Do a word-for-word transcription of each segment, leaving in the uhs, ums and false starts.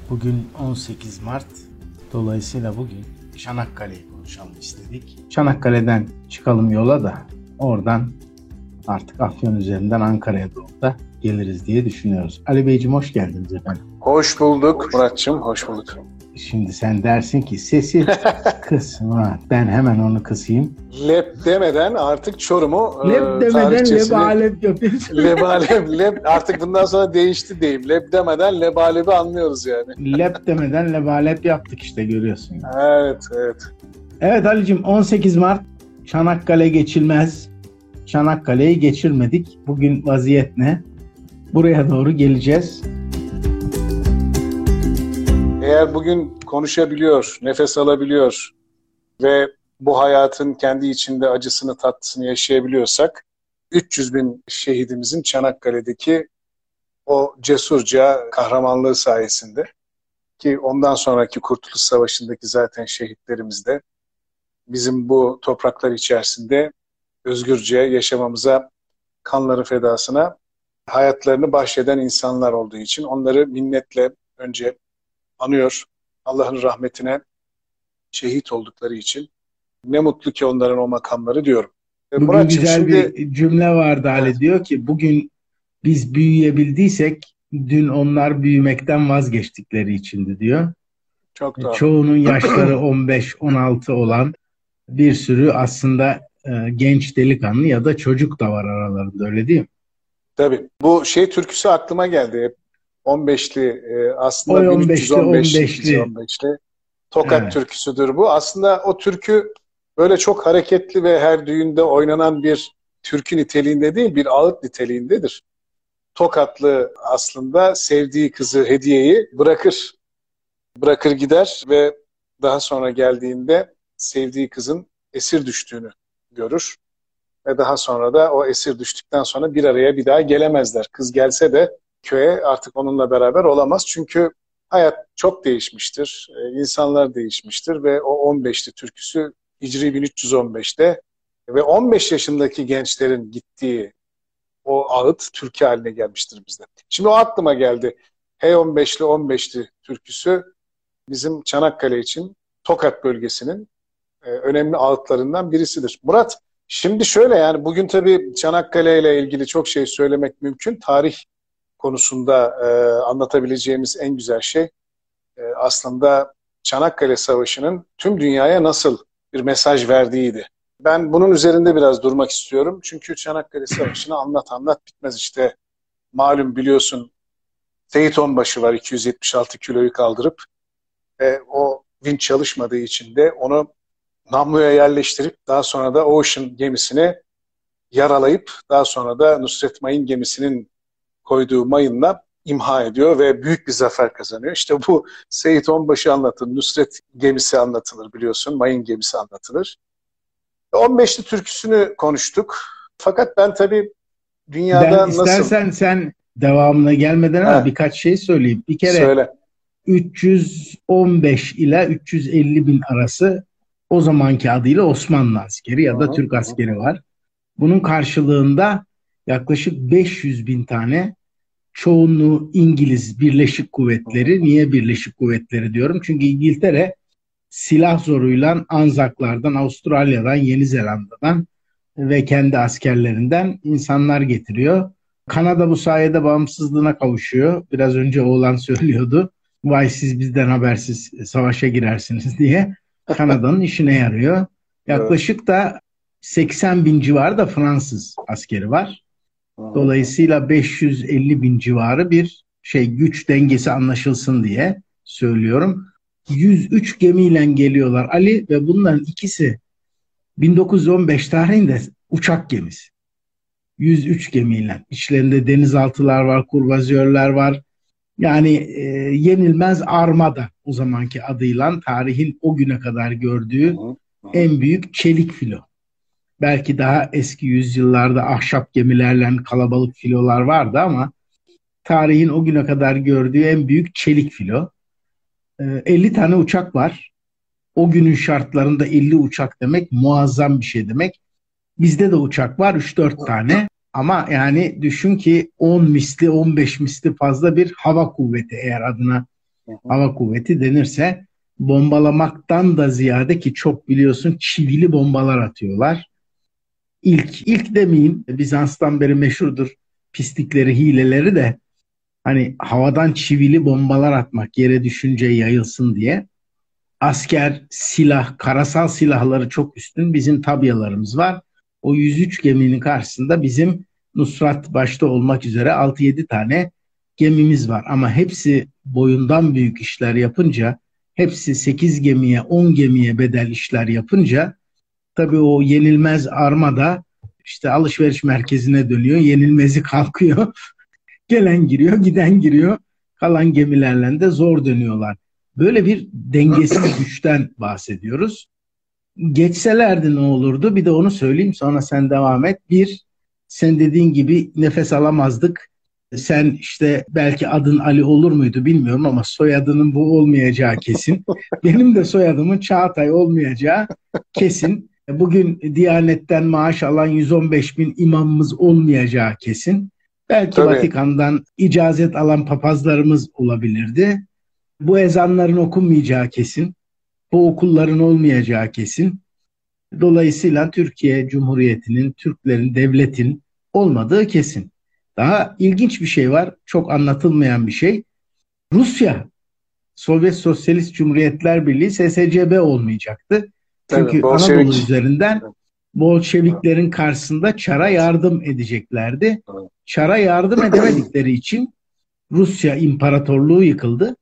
Bugün on sekiz Mart. Dolayısıyla bugün Çanakkale'yi konuşalım istedik. Çanakkale'den çıkalım yola da oradan artık Afyon üzerinden Ankara'ya doğru da geliriz diye düşünüyoruz. Ali Beyciğim hoş geldiniz efendim. Hoş bulduk Murat'cığım, hoş bulduk. Şimdi sen dersin ki sesi kıs Murat. Ben hemen onu kısayım. Leb demeden artık Çorum'u Leb e, demeden lebalep yapıyorsun. Lebalep, leb artık bundan sonra değişti deyim. Leb demeden lebalebi anlıyoruz yani. Leb demeden lebalep yaptık işte, görüyorsun. Yani. Evet, evet. Evet Ali'cim, on sekiz Mart Çanakkale geçilmez. Çanakkale'yi geçirmedik. Bugün vaziyet ne? Buraya doğru geleceğiz. Eğer bugün konuşabiliyor, nefes alabiliyor ve bu hayatın kendi içinde acısını, tatlısını yaşayabiliyorsak, üç yüz bin şehidimizin Çanakkale'deki o cesurca kahramanlığı sayesinde, ki ondan sonraki Kurtuluş Savaşı'ndaki zaten şehitlerimiz de bizim bu topraklar içerisinde özgürce yaşamamıza, kanları fedasına hayatlarını bahşeden insanlar olduğu için onları minnetle önce anıyor. Allah'ın rahmetine şehit oldukları için ne mutlu ki onların o makamları diyorum. Bugün Muratçığım, güzel şimdi... bir cümle vardı Ali, evet. Diyor ki bugün biz büyüyebildiysek dün onlar büyümekten vazgeçtikleri içindi diyor. Çok doğru. Çoğunun yaşları on beş on altı olan bir sürü aslında e, genç delikanlı ya da çocuk da var aralarında, öyle değil mi? Tabii. Bu şey türküsü aklıma geldi. on beşli e, aslında Oy bin üç yüz on beşli on beşli Tokat evet. Türküsüdür bu. Aslında o türkü böyle çok hareketli ve her düğünde oynanan bir türkü niteliğinde değil, bir ağıt niteliğindedir. Tokatlı aslında sevdiği kızı, hediyeyi bırakır. Bırakır gider ve daha sonra geldiğinde sevdiği kızın esir düştüğünü görür. Ve daha sonra da o esir düştükten sonra bir araya bir daha gelemezler. Kız gelse de köye artık onunla beraber olamaz. Çünkü hayat çok değişmiştir. İnsanlar değişmiştir ve o on beşli türküsü Hicri bin üç yüz on beşte ve on beş yaşındaki gençlerin gittiği o ağıt türkü haline gelmiştir bizde. Şimdi o aklıma geldi. Hey on beşli on beşli türküsü bizim Çanakkale için Tokat bölgesinin e, önemli ağıtlarından birisidir. Murat, şimdi şöyle, yani bugün tabii Çanakkale ile ilgili çok şey söylemek mümkün. Tarih konusunda e, anlatabileceğimiz en güzel şey e, aslında Çanakkale Savaşı'nın tüm dünyaya nasıl bir mesaj verdiğiydi. Ben bunun üzerinde biraz durmak istiyorum. Çünkü Çanakkale Savaşı'nı anlat anlat bitmez işte. Malum biliyorsun, Seyit Onbaşı var, iki yüz yetmiş altı kiloyu kaldırıp ve o vinç çalışmadığı için de onu namluya yerleştirip daha sonra da Ocean gemisini yaralayıp daha sonra da Nusret Mayın gemisinin koyduğu mayınla imha ediyor ve büyük bir zafer kazanıyor. İşte bu Seyit Onbaşı anlatılır, Nusret gemisi anlatılır biliyorsun, Mayın gemisi anlatılır. on beşli türküsünü konuştuk. Fakat ben tabii dünyada ben nasıl... İstersen sen devamına gelmeden ama birkaç şey söyleyeyim. Bir kere Söyle. üç yüz on beş ile üç yüz elli bin arası o zamanki adıyla Osmanlı askeri ya da Hı-hı. Türk askeri var. Bunun karşılığında yaklaşık beş yüz bin tane, çoğunluğu İngiliz Birleşik Kuvvetleri. Niye Birleşik Kuvvetleri diyorum? Çünkü İngiltere silah zoruyla Anzaklardan, Avustralya'dan, Yeni Zelanda'dan ve kendi askerlerinden insanlar getiriyor. Kanada bu sayede bağımsızlığına kavuşuyor. Biraz önce oğlan söylüyordu. Vay siz bizden habersiz savaşa girersiniz diye. Kanada'nın işine yarıyor. Yaklaşık da seksen bin civarı da Fransız askeri var. Dolayısıyla beş yüz elli bin civarı bir şey, güç dengesi anlaşılsın diye söylüyorum. yüz üç gemiyle geliyorlar Ali ve bunların ikisi bin dokuz yüz on beş tarihinde uçak gemisi. yüz üç gemiyle. İçlerinde denizaltılar var, kurvazörler var. Yani e, yenilmez armada o zamanki adıyla tarihin o güne kadar gördüğü en büyük çelik filo. Belki daha eski yüzyıllarda ahşap gemilerle kalabalık filolar vardı ama tarihin o güne kadar gördüğü en büyük çelik filo. E, elli tane uçak var. O günün şartlarında elli uçak demek muazzam bir şey demek. Bizde de uçak var üç dört tane. Ama yani düşün ki on misli on beş misli fazla bir hava kuvveti eğer adına hava kuvveti denirse bombalamaktan da ziyade, ki çok biliyorsun, çivili bombalar atıyorlar. İlk, ilk demeyeyim, Bizans'tan beri meşhurdur pislikleri, hileleri de, hani havadan çivili bombalar atmak, yere düşünce yayılsın diye. Asker, silah, karasal silahları çok üstün. Bizim tabyalarımız var. O yüz üç geminin karşısında bizim Nusrat başta olmak üzere altı yedi tane gemimiz var. Ama hepsi boyundan büyük işler yapınca, hepsi sekiz gemiye, on gemiye bedel işler yapınca, tabii o yenilmez armada işte alışveriş merkezine dönüyor. Yenilmezi kalkıyor. Gelen giriyor, giden giriyor. Kalan gemilerle de zor dönüyorlar. Böyle bir dengesiz güçten bahsediyoruz. Geçselerdi ne olurdu? Bir de onu söyleyeyim, sonra sen devam et. Bir, sen dediğin gibi nefes alamazdık. Sen işte belki adın Ali olur muydu bilmiyorum ama soyadının bu olmayacağı kesin. Benim de soyadımın Çağatay olmayacağı kesin. Bugün Diyanet'ten maaş alan yüz on beş bin imamımız olmayacağı kesin. Belki Tabii. Vatikan'dan icazet alan papazlarımız olabilirdi. Bu ezanların okunmayacağı kesin. Bu okulların olmayacağı kesin. Dolayısıyla Türkiye Cumhuriyeti'nin, Türklerin, devletin olmadığı kesin. Daha ilginç bir şey var, çok anlatılmayan bir şey. Rusya, Sovyet Sosyalist Cumhuriyetler Birliği, S S C B olmayacaktı. Çünkü evet, Anadolu üzerinden Bolşeviklerin karşısında Çar'a yardım edeceklerdi. Çar'a yardım edemedikleri için Rusya İmparatorluğu yıkıldı.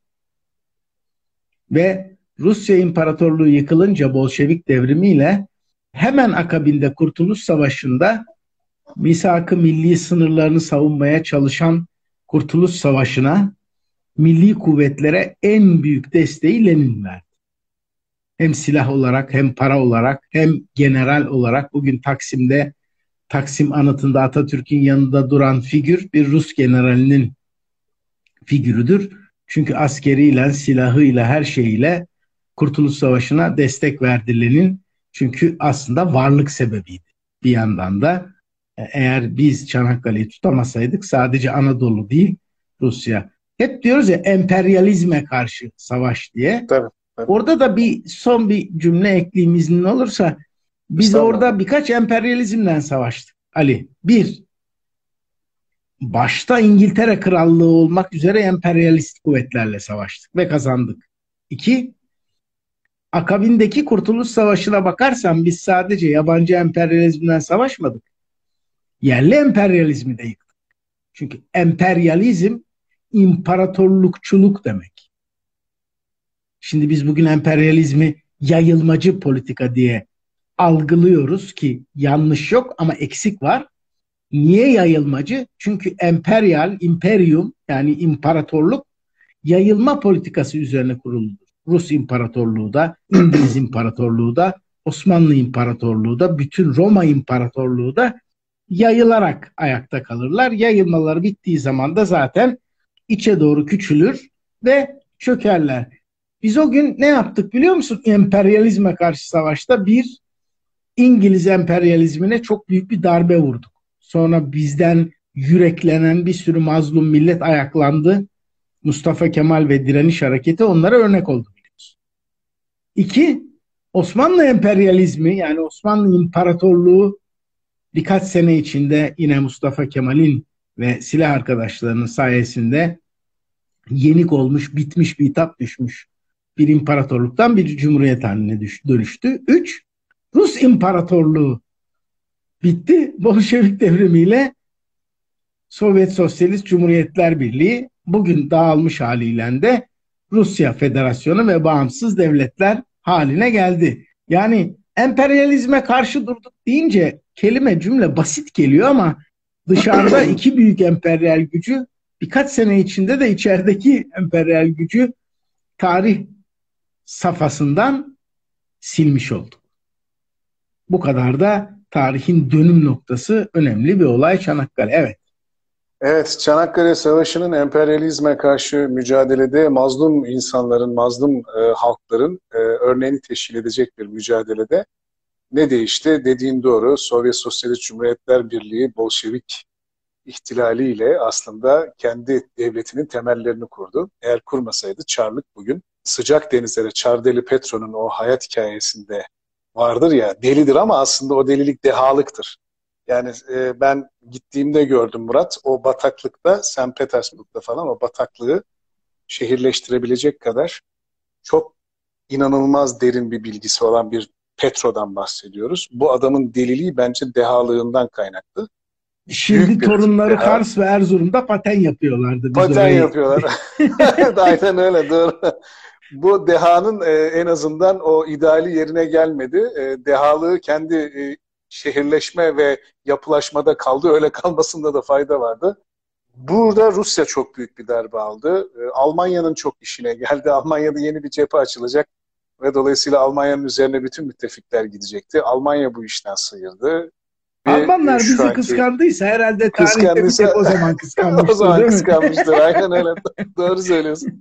Ve Rusya İmparatorluğu yıkılınca Bolşevik devrimiyle hemen akabinde Kurtuluş Savaşı'nda misak-ı milli sınırlarını savunmaya çalışan Kurtuluş Savaşı'na milli kuvvetlere en büyük desteği Lenin verdi. Hem silah olarak, hem para olarak, hem general olarak. Bugün Taksim'de, Taksim anıtında Atatürk'ün yanında duran figür bir Rus generalinin figürüdür. Çünkü askeriyle, silahıyla, her şeyiyle Kurtuluş Savaşı'na destek verdi Lenin. Çünkü aslında varlık sebebiydi. Bir yandan da eğer biz Çanakkale'yi tutamasaydık sadece Anadolu değil, Rusya. Hep diyoruz ya emperyalizme karşı savaş diye. Tabii, tabii. Orada da bir son bir cümle ekleyeyim iznin olursa. Biz orada birkaç emperyalizmden savaştık Ali. Bir, başta İngiltere Krallığı olmak üzere emperyalist kuvvetlerle savaştık ve kazandık. İki, akabindeki Kurtuluş Savaşı'na bakarsan biz sadece yabancı emperyalizmden savaşmadık. Yerli emperyalizmi de yıktık. Çünkü emperyalizm imparatorlukçuluk demek. Şimdi biz bugün emperyalizmi yayılmacı politika diye algılıyoruz ki yanlış yok ama eksik var. Niye yayılmacı? Çünkü emperyal, imperium yani imparatorluk yayılma politikası üzerine kuruludur. Rus İmparatorluğu da, İngiliz İmparatorluğu da, Osmanlı İmparatorluğu da, bütün Roma İmparatorluğu da yayılarak ayakta kalırlar. Yayılmaları bittiği zaman da zaten içe doğru küçülür ve çökerler. Biz o gün ne yaptık biliyor musun? Emperyalizme karşı savaşta bir, İngiliz emperyalizmine çok büyük bir darbe vurduk. Sonra bizden yüreklenen bir sürü mazlum millet ayaklandı. Mustafa Kemal ve direniş hareketi onlara örnek oldu biliyorsun. İki, Osmanlı emperyalizmi yani Osmanlı İmparatorluğu birkaç sene içinde yine Mustafa Kemal'in ve silah arkadaşlarının sayesinde yenik olmuş, bitmiş, bitap düşmüş bir imparatorluktan bir cumhuriyet haline dönüştü. Üç, Rus İmparatorluğu bitti. Bolşevik devrimiyle Sovyet Sosyalist Cumhuriyetler Birliği bugün dağılmış haliyle de Rusya Federasyonu ve bağımsız devletler haline geldi. Yani emperyalizme karşı durduk deyince kelime cümle basit geliyor ama dışarıda iki büyük emperyal gücü birkaç sene içinde de içerideki emperyal gücü tarih safhasından silmiş olduk. Bu kadar da tarihin dönüm noktası, önemli bir olay Çanakkale. Evet. Evet, Çanakkale Savaşı'nın emperyalizme karşı mücadelede mazlum insanların, mazlum e, halkların e, örneğini teşkil edecek bir mücadelede ne değişti? Dediğin doğru, Sovyet Sosyalist Cumhuriyetler Birliği, Bolşevik ihtilaliyle aslında kendi devletinin temellerini kurdu. Eğer kurmasaydı Çarlık bugün sıcak denizlere, Çardeli Petro'nun o hayat hikayesinde vardır ya, delidir ama aslında o delilik dehalıktır. Yani e, ben gittiğimde gördüm Murat, o bataklıkta, Sankt Petersburg'da falan o bataklığı şehirleştirebilecek kadar çok inanılmaz derin bir bilgisi olan bir Petro'dan bahsediyoruz. Bu adamın deliliği bence dehalığından kaynaklı. Şimdi Büyük bir torunları deha. Kars ve Erzurum'da paten yapıyorlardı. Biz Paten orayı... yapıyorlar. Aynen öyle, doğru. Bu dehanın e, en azından o ideali yerine gelmedi. E, dehalığı kendi e, şehirleşme ve yapılaşmada kaldı. Öyle kalmasında da fayda vardı. Burada Rusya çok büyük bir darbe aldı. E, Almanya'nın çok işine geldi. Almanya'da yeni bir cephe açılacak ve dolayısıyla Almanya'nın üzerine bütün müttefikler gidecekti. Almanya bu işten sıyırdı. Ve Almanlar bizi anki, kıskandıysa herhalde tarihte kıskandıysa, bir tek o zaman kıskanmıştır, o zaman değil mi? kıskanmıştır. Aynen öyle. Doğru söylüyorsun.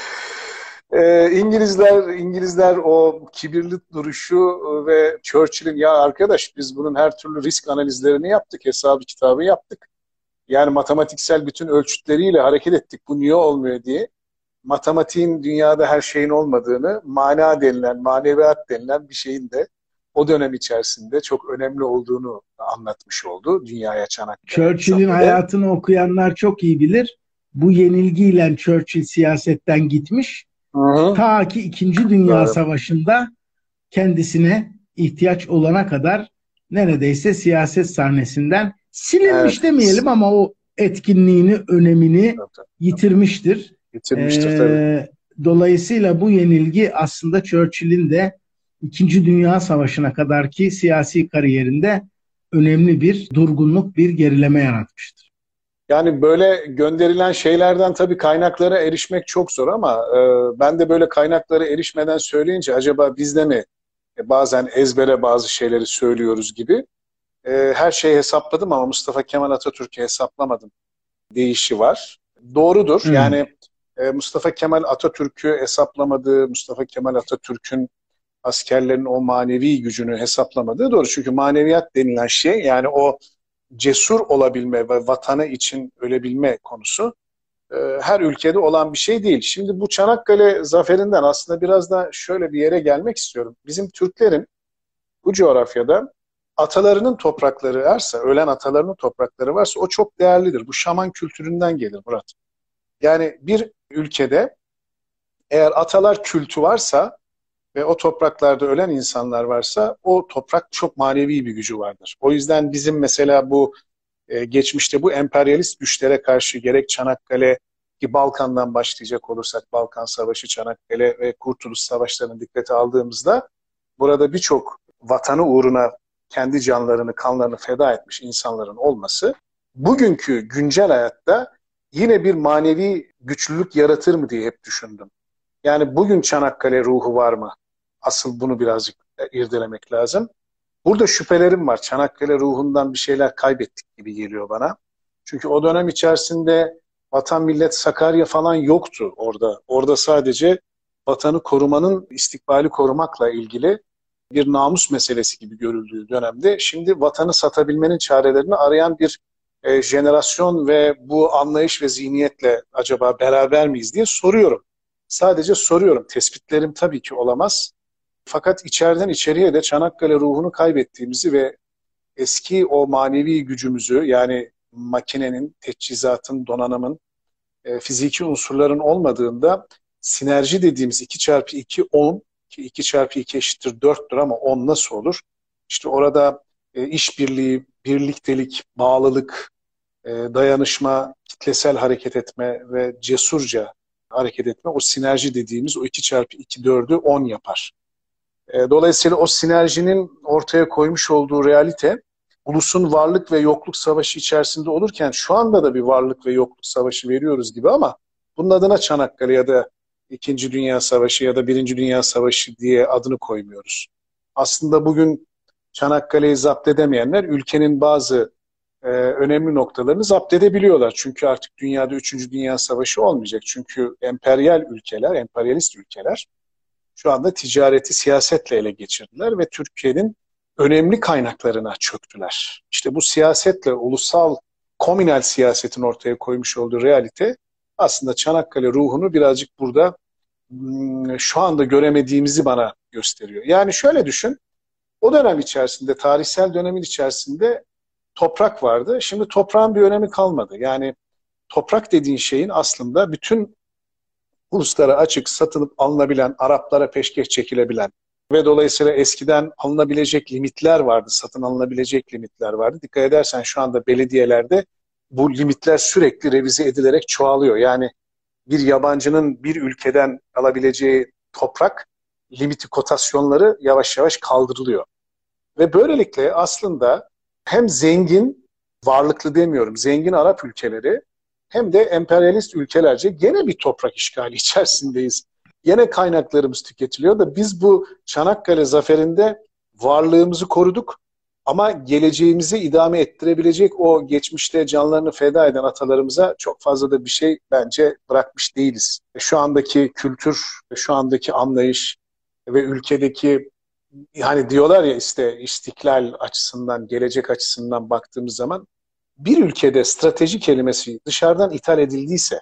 Ee, İngilizler İngilizler o kibirli duruşu ve Churchill'in, ya arkadaş biz bunun her türlü risk analizlerini yaptık, hesabı kitabı yaptık. Yani matematiksel bütün ölçütleriyle hareket ettik. Bu niye olmuyor diye. Matematiğin dünyada her şeyin olmadığını, mana denilen, maneviyat denilen bir şeyin de o dönem içerisinde çok önemli olduğunu anlatmış oldu dünyaya Çanakkale. Churchill'in hayatını okuyanlar çok iyi bilir. Bu yenilgiyle Churchill siyasetten gitmiş. Hı hı. Ta ki İkinci Dünya Evet. Savaşı'nda kendisine ihtiyaç olana kadar neredeyse siyaset sahnesinden silinmiş, evet, demeyelim ama o etkinliğini, önemini evet. yitirmiştir. Yitirmiştir ee, tabii. Dolayısıyla bu yenilgi aslında Churchill'in de İkinci Dünya Savaşı'na kadarki siyasi kariyerinde önemli bir durgunluk, bir gerileme yaratmıştır. Yani böyle gönderilen şeylerden tabii kaynaklara erişmek çok zor ama e, ben de böyle kaynaklara erişmeden söyleyince acaba biz de mi e, bazen ezbere bazı şeyleri söylüyoruz gibi. E, her şeyi hesapladım ama Mustafa Kemal Atatürk'ü hesaplamadım deyişi var. Doğrudur. Hmm. Yani e, Mustafa Kemal Atatürk'ü hesaplamadığı, Mustafa Kemal Atatürk'ün askerlerin o manevi gücünü hesaplamadığı doğru. Çünkü maneviyat denilen şey, yani o cesur olabilme ve vatanı için ölebilme konusu e, her ülkede olan bir şey değil. Şimdi bu Çanakkale zaferinden aslında biraz da şöyle bir yere gelmek istiyorum. Bizim Türklerin bu coğrafyada atalarının toprakları varsa, ölen atalarının toprakları varsa o çok değerlidir. Bu şaman kültüründen gelir Murat. Yani bir ülkede eğer atalar kültü varsa ve o topraklarda ölen insanlar varsa o toprak çok manevi bir gücü vardır. O yüzden bizim mesela bu e, geçmişte bu emperyalist güçlere karşı gerek Çanakkale ki Balkan'dan başlayacak olursak Balkan Savaşı, Çanakkale ve Kurtuluş Savaşları'nı dikkate aldığımızda burada birçok vatanı uğruna kendi canlarını, kanlarını feda etmiş insanların olması bugünkü güncel hayatta yine bir manevi güçlülük yaratır mı diye hep düşündüm. Yani bugün Çanakkale ruhu var mı? Asıl bunu birazcık irdelemek lazım. Burada şüphelerim var. Çanakkale ruhundan bir şeyler kaybettik gibi geliyor bana. Çünkü o dönem içerisinde Vatan Millet Sakarya falan yoktu orada. Orada sadece vatanı korumanın, istikbali korumakla ilgili bir namus meselesi gibi görüldüğü dönemde şimdi vatanı satabilmenin çarelerini arayan bir e, jenerasyon ve bu anlayış ve zihniyetle acaba beraber miyiz diye soruyorum. Sadece soruyorum. Tespitlerim tabii ki olamaz. Fakat içeriden içeriye de Çanakkale ruhunu kaybettiğimizi ve eski o manevi gücümüzü, yani makinenin, teçhizatın, donanımın, e, fiziki unsurların olmadığında sinerji dediğimiz iki çarpı iki on, ki iki çarpı iki eşittir dörttür ama on nasıl olur? İşte orada e, işbirliği, birliktelik, bağlılık, e, dayanışma, kitlesel hareket etme ve cesurca hareket etme, o sinerji dediğimiz o iki çarpı iki dördü on yapar. Dolayısıyla o sinerjinin ortaya koymuş olduğu realite ulusun varlık ve yokluk savaşı içerisinde olurken şu anda da bir varlık ve yokluk savaşı veriyoruz gibi ama bunun adına Çanakkale ya da İkinci Dünya Savaşı ya da Birinci Dünya Savaşı diye adını koymuyoruz. Aslında bugün Çanakkale'yi zapt edemeyenler ülkenin bazı e, önemli noktalarını zapt edebiliyorlar. Çünkü artık dünyada Üçüncü Dünya Savaşı olmayacak. Çünkü emperyal ülkeler, emperyalist ülkeler şu anda ticareti siyasetle ele geçirdiler ve Türkiye'nin önemli kaynaklarına çöktüler. İşte bu siyasetle, ulusal komünel siyasetin ortaya koymuş olduğu realite aslında Çanakkale ruhunu birazcık burada şu anda göremediğimizi bana gösteriyor. Yani şöyle düşün, o dönem içerisinde, tarihsel dönemin içerisinde toprak vardı. Şimdi toprağın bir önemi kalmadı. Yani toprak dediğin şeyin aslında bütün uluslara açık, satılıp alınabilen, Araplara peşkeş çekilebilen ve dolayısıyla eskiden alınabilecek limitler vardı, satın alınabilecek limitler vardı. Dikkat edersen şu anda belediyelerde bu limitler sürekli revize edilerek çoğalıyor. Yani bir yabancının bir ülkeden alabileceği toprak limiti, kotasyonları yavaş yavaş kaldırılıyor. Ve böylelikle aslında hem zengin, varlıklı demiyorum, zengin Arap ülkeleri hem de emperyalist ülkelerce gene bir toprak işgali içerisindeyiz. Gene kaynaklarımız tüketiliyor da biz bu Çanakkale zaferinde varlığımızı koruduk ama geleceğimizi idame ettirebilecek o geçmişte canlarını feda eden atalarımıza çok fazla da bir şey bence bırakmış değiliz. Şu andaki kültür, şu andaki anlayış ve ülkedeki, hani diyorlar ya işte istiklal açısından, gelecek açısından baktığımız zaman bir ülkede strateji kelimesi dışarıdan ithal edildiyse,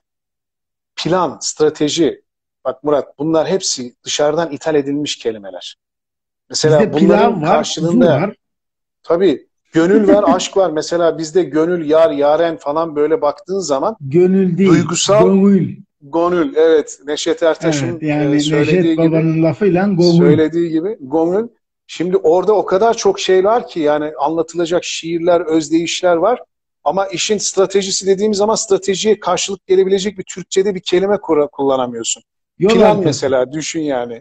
plan, strateji, bak Murat, bunlar hepsi dışarıdan ithal edilmiş kelimeler. Mesela Bizde bunların pilav var, kuzu karşılığında var. tabii gönül var, aşk var. Mesela bizde gönül, yar, yaren falan böyle baktığın zaman Gönül değil, duygusal gönül. gönül. Evet, Neşet Ertaş'ın Evet, e, yani söylediği Neşet gibi Baba'nın lafıyla gönül. söylediği gibi gönül. Şimdi orada o kadar çok şey var ki yani anlatılacak şiirler, özdeyişler var. Ama işin stratejisi dediğimiz zaman stratejiye karşılık gelebilecek bir Türkçe'de bir kelime kullanamıyorsun. Yol Plan haritası. mesela düşün yani.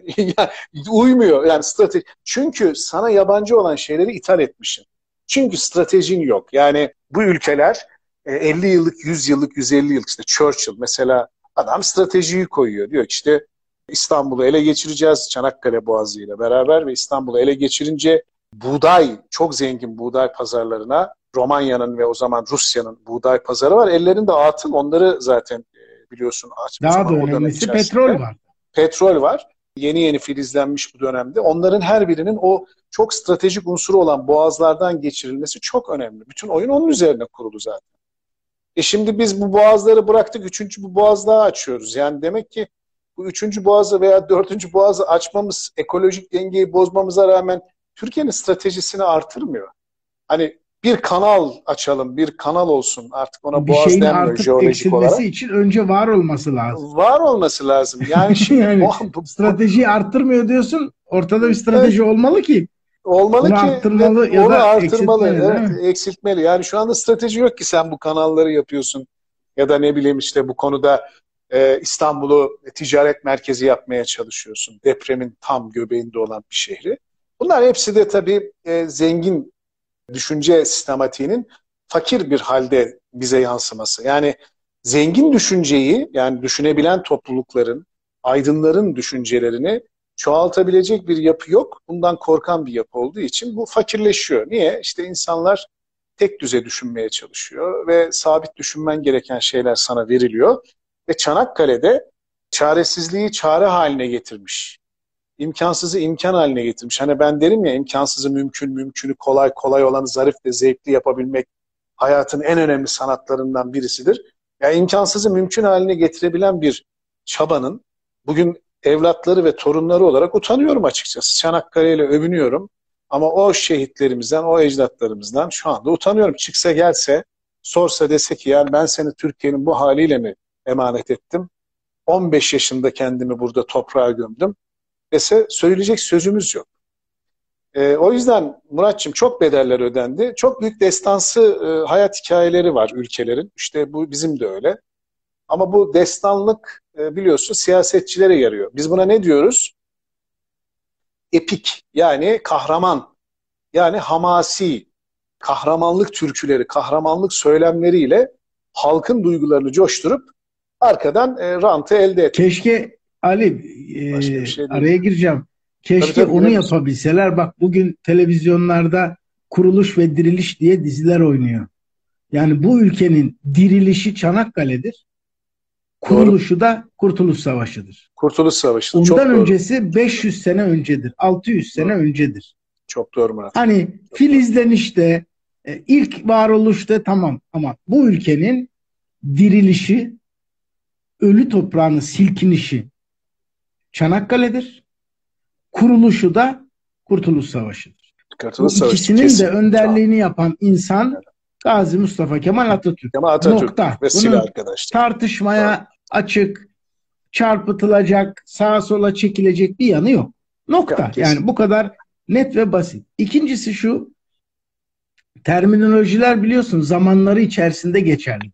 Uymuyor yani strateji. Çünkü sana yabancı olan şeyleri ithal etmişsin. Çünkü stratejin yok. Yani bu ülkeler elli yıllık, yüz yıllık, yüz elli yıllık, işte Churchill mesela, adam stratejiyi koyuyor. Diyor ki işte İstanbul'u ele geçireceğiz Çanakkale Boğazı ile beraber ve İstanbul'u ele geçirince buğday, çok zengin buğday pazarlarına, Romanya'nın ve o zaman Rusya'nın buğday pazarı var. Ellerinde atıl, onları zaten biliyorsun o Daha da zaman o dönem önemlisi petrol içerisinde. var. Petrol var. Yeni yeni filizlenmiş bu dönemde. Onların her birinin o çok stratejik unsuru olan boğazlardan geçirilmesi çok önemli. Bütün oyun onun üzerine kurulu zaten. E şimdi biz bu boğazları bıraktık, üçüncü bu boğaz daha açıyoruz. Yani demek ki bu üçüncü boğazı veya dördüncü boğazı açmamız, ekolojik dengeyi bozmamıza rağmen Türkiye'nin stratejisini artırmıyor. Hani bir kanal açalım, bir kanal olsun, artık ona Bir boğaz şeyin denmiyor artıp jeolojik olarak. eksilmesi için önce var olması lazım. Var olması lazım. Yani şimdi Yani o, bu, stratejiyi arttırmıyor diyorsun. Ortada bir strateji evet, olmalı ki. olmalı Onu ki ve arttırmalı ya onu da artırmalı, eksiltmeli, değil evet, mi? eksiltmeli. Yani şu anda strateji yok ki sen bu kanalları yapıyorsun ya da ne bileyim işte bu konuda e, İstanbul'u ticaret merkezi yapmaya çalışıyorsun. Depremin tam göbeğinde olan bir şehri. Bunlar hepsi de tabii e, zengin düşünce sistematiğinin fakir bir halde bize yansıması. Yani zengin düşünceyi, yani düşünebilen toplulukların, aydınların düşüncelerini çoğaltabilecek bir yapı yok. Bundan korkan bir yapı olduğu için bu fakirleşiyor. Niye? İşte insanlar tek düze düşünmeye çalışıyor ve sabit düşünmen gereken şeyler sana veriliyor. Ve Çanakkale'de çaresizliği çare haline getirmiş. İmkansızı imkan haline getirmiş. Hani ben derim ya, imkansızı mümkün, mümkünü kolay, kolay olanı zarif ve zevkli yapabilmek hayatın en önemli sanatlarından birisidir. Yani imkansızı mümkün haline getirebilen bir çabanın bugün evlatları ve torunları olarak utanıyorum açıkçası. Çanakkale ile övünüyorum ama o şehitlerimizden, o ecdatlarımızdan şu anda utanıyorum. Çıksa gelse, sorsa, dese ki yani ben seni Türkiye'nin bu haliyle mi emanet ettim? on beş yaşında kendimi burada toprağa gömdüm dese söyleyecek sözümüz yok. E, o yüzden Muratçım çok bedeller ödendi. Çok büyük destansı e, hayat hikayeleri var ülkelerin. İşte bu bizim de öyle. Ama bu destanlık e, biliyorsun siyasetçilere yarıyor. Biz buna ne diyoruz? Epik, yani kahraman, yani hamasi, kahramanlık türküleri, kahramanlık söylemleriyle halkın duygularını coşturup arkadan e, rantı elde etmek. Keşke Ali, Başka bir e, şey değil. araya gireceğim. Tabii Keşke tabii, onu girebiliriz. yapabilseler. Bak bugün televizyonlarda Kuruluş ve Diriliş diye diziler oynuyor. Yani bu ülkenin dirilişi Çanakkale'dir. Doğru. Kuruluşu da Kurtuluş Savaşı'dır. Kurtuluş Savaşı. Ondan Çok doğru. öncesi beş yüz sene öncedir. altı yüz sene Doğru. öncedir. Çok doğru Murat. Hani Çok doğru. filizlenişte, E, ilk varoluşta tamam ama bu ülkenin dirilişi, ölü toprağını silkinişi Çanakkale'dir. Kuruluşu da Kurtuluş Savaşı'dır. Kurtuluş Bu Savaşı ikisinin kesin. de önderliğini yapan insan Gazi Mustafa Kemal Atatürk. Kemal Atatürk Nokta. ve silah Bunun arkadaşlar. tartışmaya Doğru. açık, çarpıtılacak, sağa sola çekilecek bir yanı yok. Nokta. Yok, yani bu kadar net ve basit. İkincisi şu, terminolojiler biliyorsun zamanları içerisinde geçerli.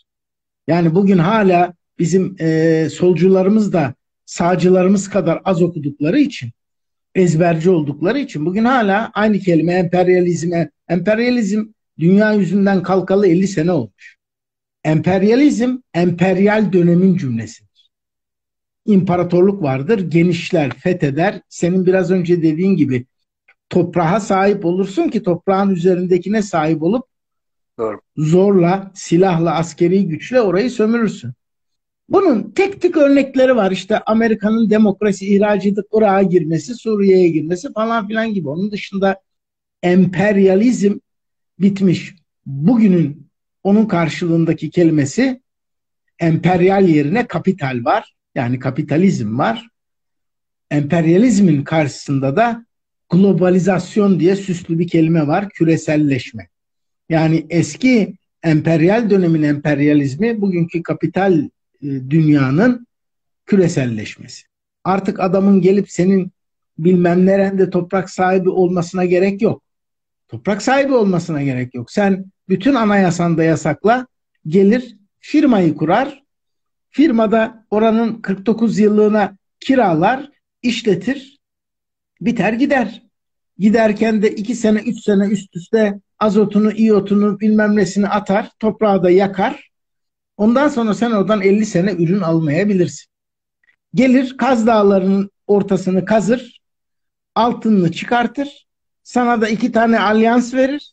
Yani bugün hala bizim e, solcularımız da sağcılarımız kadar az okudukları için, ezberci oldukları için bugün hala aynı kelime emperyalizme, emperyalizm dünya yüzünden kalkalı elli sene olmuş. Emperyalizm, emperyal dönemin cümlesidir. İmparatorluk vardır, genişler, fetheder. Senin biraz önce dediğin gibi toprağa sahip olursun ki toprağın üzerindekine sahip olup Doğru. zorla, silahla, askeri güçle orayı sömürürsün. Bunun tek tek örnekleri var. İşte Amerika'nın demokrasi ihraç edip Irak'a girmesi, Suriye'ye girmesi falan filan gibi. Onun dışında emperyalizm bitmiş. Bugünün onun karşılığındaki kelimesi emperyal yerine kapital var. Yani kapitalizm var. Emperyalizmin karşısında da globalizasyon diye süslü bir kelime var. Küreselleşme. Yani eski emperyal dönemin emperyalizmi bugünkü kapital e, dünyanın küreselleşmesi. Artık adamın gelip senin bilmem nerede toprak sahibi olmasına gerek yok. Toprak sahibi olmasına gerek yok. Sen bütün anayasanda yasakla, gelir firmayı kurar. Firmada oranın kırk dokuz yıllığına kiralar, işletir, biter gider. Giderken de iki sene, üç sene üst üste azotunu, iyotunu bilmem nesini atar, toprağı da yakar. Ondan sonra sen oradan elli sene ürün almayabilirsin. Gelir Kaz Dağları'nın ortasını kazır, altınını çıkartır, sana da iki tane alyans verir,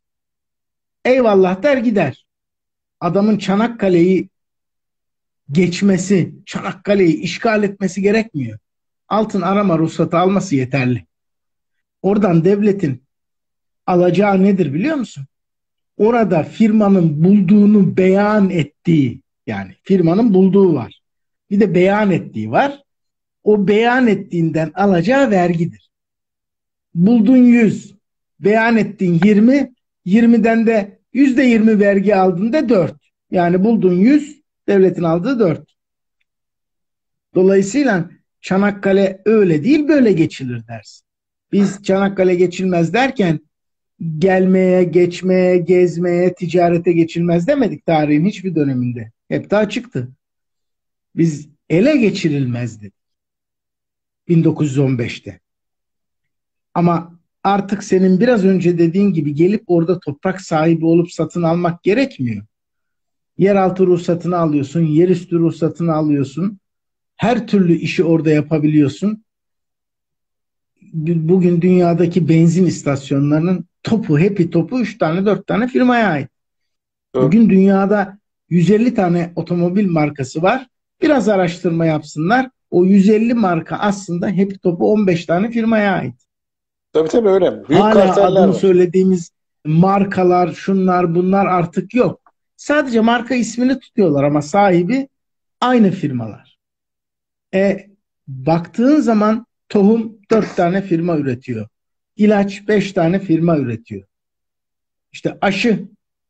eyvallah der gider. Adamın Çanakkale'yi geçmesi, Çanakkale'yi işgal etmesi gerekmiyor. Altın arama ruhsatı alması yeterli. Oradan devletin alacağı nedir biliyor musun? Orada firmanın bulduğunu beyan ettiği, yani firmanın bulduğu var. Bir de beyan ettiği var. O beyan ettiğinden alacağı vergidir. Buldun yüz, beyan ettiğin yirmi, yirmiden de yüzde yirmi vergi aldığında dört. Yani buldun yüz, devletin aldığı dört. Dolayısıyla Çanakkale öyle değil böyle geçilir dersin. Biz Çanakkale geçilmez derken gelmeye, geçmeye, gezmeye, ticarete geçilmez demedik tarihin hiçbir döneminde. Hep daha çıktı. Biz ele geçirilmez dedik bin dokuz yüz on beşte. Ama artık senin biraz önce dediğin gibi gelip orada toprak sahibi olup satın almak gerekmiyor. Yeraltı ruhsatını alıyorsun, yerüstü ruhsatını alıyorsun. Her türlü işi orada yapabiliyorsun. Bugün dünyadaki benzin istasyonlarının topu, hepi topu üç tane dört tane firmaya ait. Evet. Bugün dünyada yüz elli tane otomobil markası var. Biraz araştırma yapsınlar. O yüz elli marka aslında hepi topu on beş tane firmaya ait. Tabii tabii öyle. Büyük Hala adını var. söylediğimiz markalar, şunlar bunlar artık yok. Sadece marka ismini tutuyorlar ama sahibi aynı firmalar. E, baktığın zaman tohum dört tane firma üretiyor. İlaç beş tane firma üretiyor. İşte aşı.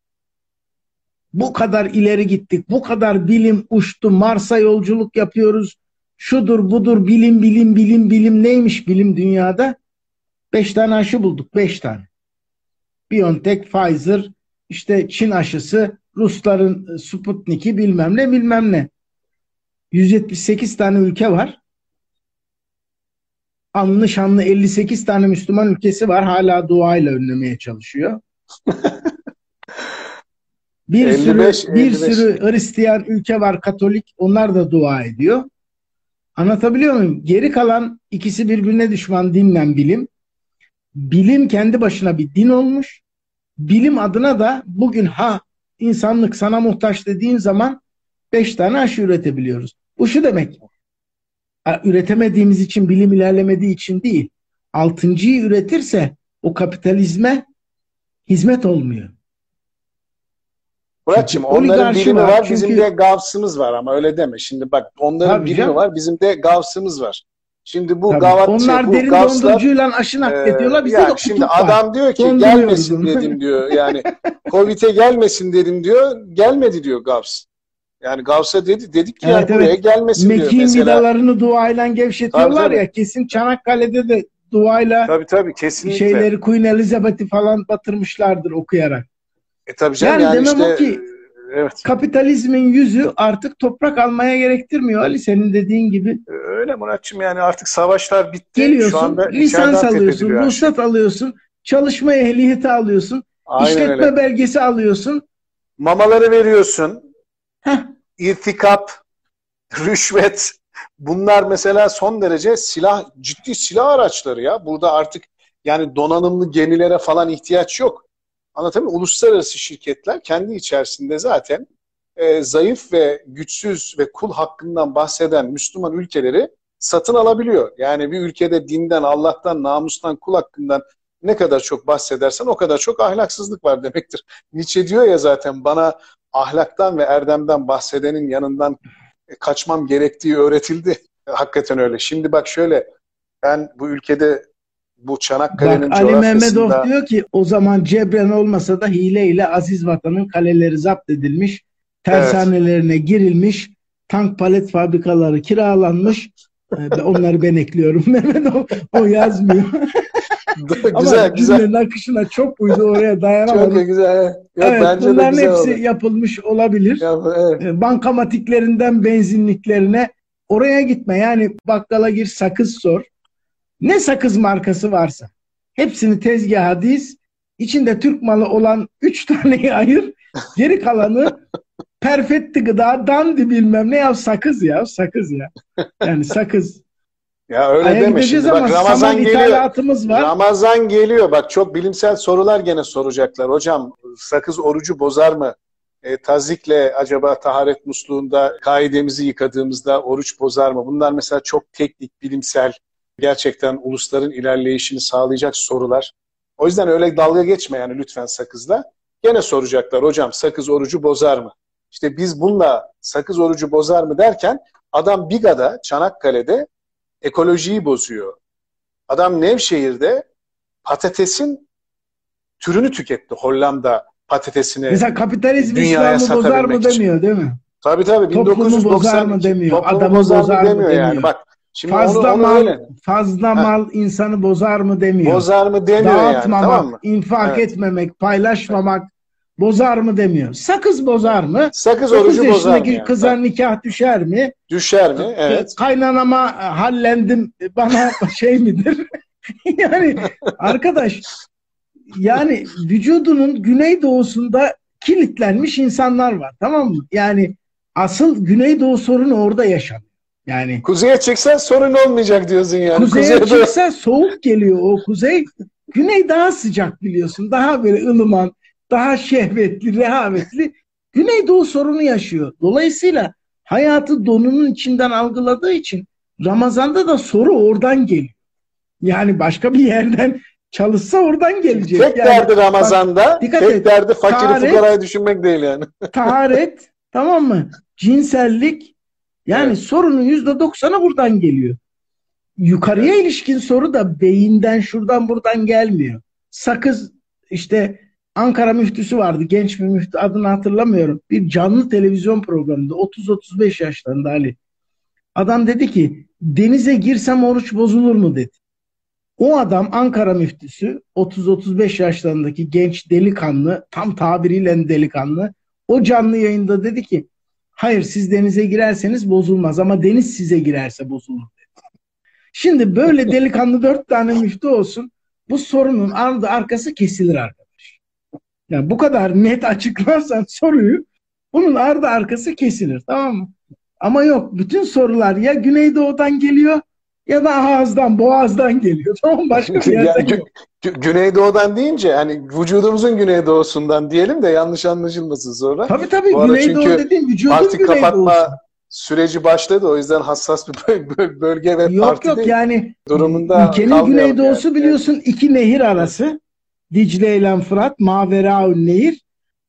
Bu kadar ileri gittik. Bu kadar bilim uçtu. Mars'a yolculuk yapıyoruz. Şudur budur bilim bilim bilim bilim neymiş bilim dünyada? Beş tane aşı bulduk. Beş tane. BioNTech, Pfizer, işte Çin aşısı, Rusların Sputnik'i bilmem ne bilmem ne. yüz yetmiş sekiz tane ülke var. Anlı şanlı elli sekiz tane Müslüman ülkesi var. Hala duayla önlemeye çalışıyor. Bir elli beş, sürü bir elli beş. Sürü Hristiyan ülke var, Katolik. Onlar da dua ediyor. Anlatabiliyor muyum? Geri kalan ikisi birbirine düşman dinle bilim. Bilim kendi başına bir din olmuş. Bilim adına da bugün ha insanlık sana muhtaç dediğin zaman beş tane aşı üretebiliyoruz. Bu şu demek. Üretemediğimiz için, bilim ilerlemediği için değil. Altıncıyı üretirse o kapitalizme hizmet olmuyor. Muratçım onların birimi var, var çünkü... bizim de Gavs'ımız var ama öyle deme. Şimdi bak onların tabii birimi canım. var, bizim de Gavs'ımız var. Şimdi bu Gavat, onlar bu derin Gavs'lar, dondurucuyla aşı naklediyorlar. Bizde yani de şimdi adam var. Diyor ki gelmesin dedim diyor. Yani Covid'e gelmesin dedim diyor. Gelmedi diyor Gavs. Yani Gavs'a dedi, dedik ki evet, yani buraya evet. gelmesin Mekin diyor mesela. vidalarını duayla gevşetiyorlar tabii, tabii. ya. Kesin Çanakkale'de de duayla tabii, tabii, kesinlikle. şeyleri Queen Elizabeth'i falan batırmışlardır okuyarak. E tabii canım yani, yani demem işte, o ki evet. kapitalizmin yüzü artık toprak almaya gerektirmiyor Ali, senin dediğin gibi. Öyle Muratçım, yani artık savaşlar bitti. Geliyorsun, şu anda lisans alıyorsun, ruhsat şey. alıyorsun, çalışma ehliyeti alıyorsun, aynen işletme öyle. belgesi alıyorsun. Mamaları veriyorsun. Heh. İrtikap, rüşvet, bunlar mesela son derece silah, ciddi silah araçları ya. Burada artık yani donanımlı gemilere falan ihtiyaç yok. Anlatabiliyor muyum? Uluslararası şirketler kendi içerisinde zaten e, zayıf ve güçsüz ve kul hakkından bahseden Müslüman ülkeleri satın alabiliyor. Yani bir ülkede dinden, Allah'tan, namustan, kul hakkından ne kadar çok bahsedersen o kadar çok ahlaksızlık var demektir. Nietzsche diyor ya zaten, bana ahlaktan ve erdemden bahsedenin yanından kaçmam gerektiği öğretildi. Hakikaten öyle. Şimdi bak şöyle, ben bu ülkede bu Çanakkale'nin bak, Ali Mehmetov diyor ki o zaman cebren olmasa da hileyle aziz vatanın kaleleri zapt edilmiş, tersanelerine evet. girilmiş, tank palet fabrikaları kiralanmış. Onları ben ekliyorum. Mehmetov o yazmıyor. güzel, ama güzel. cümlenin akışına çok uydu, oraya dayanamadım. Çok güzel. Yok, evet, bence bunların de güzel hepsi oldu. yapılmış olabilir. Ya, evet. Bankamatiklerinden benzinliklerine, oraya gitme. Yani bakkala gir, sakız sor. Ne sakız markası varsa hepsini tezgaha diz. İçinde Türk malı olan üç taneyi ayır. Geri kalanı perfetti gıda, dandy bilmem ne, ya sakız ya sakız ya. Yani sakız. Ya öyle Aya deme şimdi. Bak Ramazan geliyor. Var. Ramazan geliyor. Bak çok bilimsel sorular gene soracaklar. Hocam sakız orucu bozar mı? E, tazikle acaba taharet musluğunda kaidemizi yıkadığımızda oruç bozar mı? Bunlar mesela çok teknik, bilimsel, gerçekten ulusların ilerleyişini sağlayacak sorular. O yüzden öyle dalga geçme yani lütfen sakızla. Gene soracaklar, hocam sakız orucu bozar mı? İşte biz bununla sakız orucu bozar mı derken adam Biga'da, Çanakkale'de ekolojiyi bozuyor. Adam Nevşehir'de patatesin türünü tüketti. Hollanda patatesini mesela kapitalizm İslam'ı bozar mı demiyor değil mi? Tabii tabii. Toplumu bozar mı demiyor. Adamı bozar, bozar mı demiyor. demiyor. Yani. Bak, şimdi fazla onu, onu mal öyle. fazla ha. mal insanı bozar mı demiyor. Bozar mı demiyor Dağıtmamak, yani. Tamam mı? infak evet. etmemek, paylaşmamak evet. bozar mı demiyor. Sakız bozar mı? Sakız orucu bozar mı? Yani. Kıza nikah düşer mi? Düşer mi? Evet. Kaynanama hallendim bana şey midir? Yani arkadaş, yani vücudunun güneydoğusunda kilitlenmiş insanlar var, tamam mı? Yani asıl güneydoğu sorunu orada yaşanıyor. Yani kuzeye çıksa sorun olmayacak diyorsun yani. Kuzeye, kuzeye çıksa doğru. Soğuk geliyor o kuzey. Güney daha sıcak biliyorsun. Daha böyle ılıman, daha şehvetli, rehavetli. Güneydoğu sorunu yaşıyor. Dolayısıyla hayatı donunun içinden algıladığı için Ramazan'da da soru oradan geliyor. Yani başka bir yerden çalışsa oradan gelecek. Tek yani, derdi Ramazan'da, bak, tek et, derdi fakiri taharet, fukarayı düşünmek değil yani. Taharet, tamam mı? Cinsellik, yani evet. sorunun yüzde doksanı buradan geliyor. Yukarıya evet. ilişkin soru da beyinden, şuradan buradan gelmiyor. Sakız, işte Ankara müftüsü vardı, genç bir müftü, adını hatırlamıyorum. Bir canlı televizyon programında otuz otuz beş yaşlarında Ali. Adam dedi ki denize girsem oruç bozulur mu dedi. O adam Ankara müftüsü, otuz otuz beş yaşlarındaki genç delikanlı, tam tabiriyle delikanlı, o canlı yayında dedi ki hayır, siz denize girerseniz bozulmaz ama deniz size girerse bozulur dedi. Şimdi böyle delikanlı dört tane müftü olsun, bu sorunun ardı arkası kesilir arkadaş. Yani bu kadar net açıklarsan soruyu, bunun ardı arkası kesilir, tamam mı? Ama yok, bütün sorular ya Güneydoğu'dan geliyor ya da ağızdan, boğazdan geliyor. Tamam, başka bir yerden yani, yok. Güneydoğu'dan deyince hani vücudumuzun güneydoğusundan diyelim de yanlış anlaşılmasın sonra. Tabii tabii, Güneydoğu dediğim vücudun parti güneydoğusu. Kapatma süreci başladı, o yüzden hassas bir bölge ve yok, parti yok, değil. yani durumunda ülkenin güneydoğusu yani. Biliyorsun Evet. iki nehir arası. Dicle ile Fırat, Maveraun Nehir.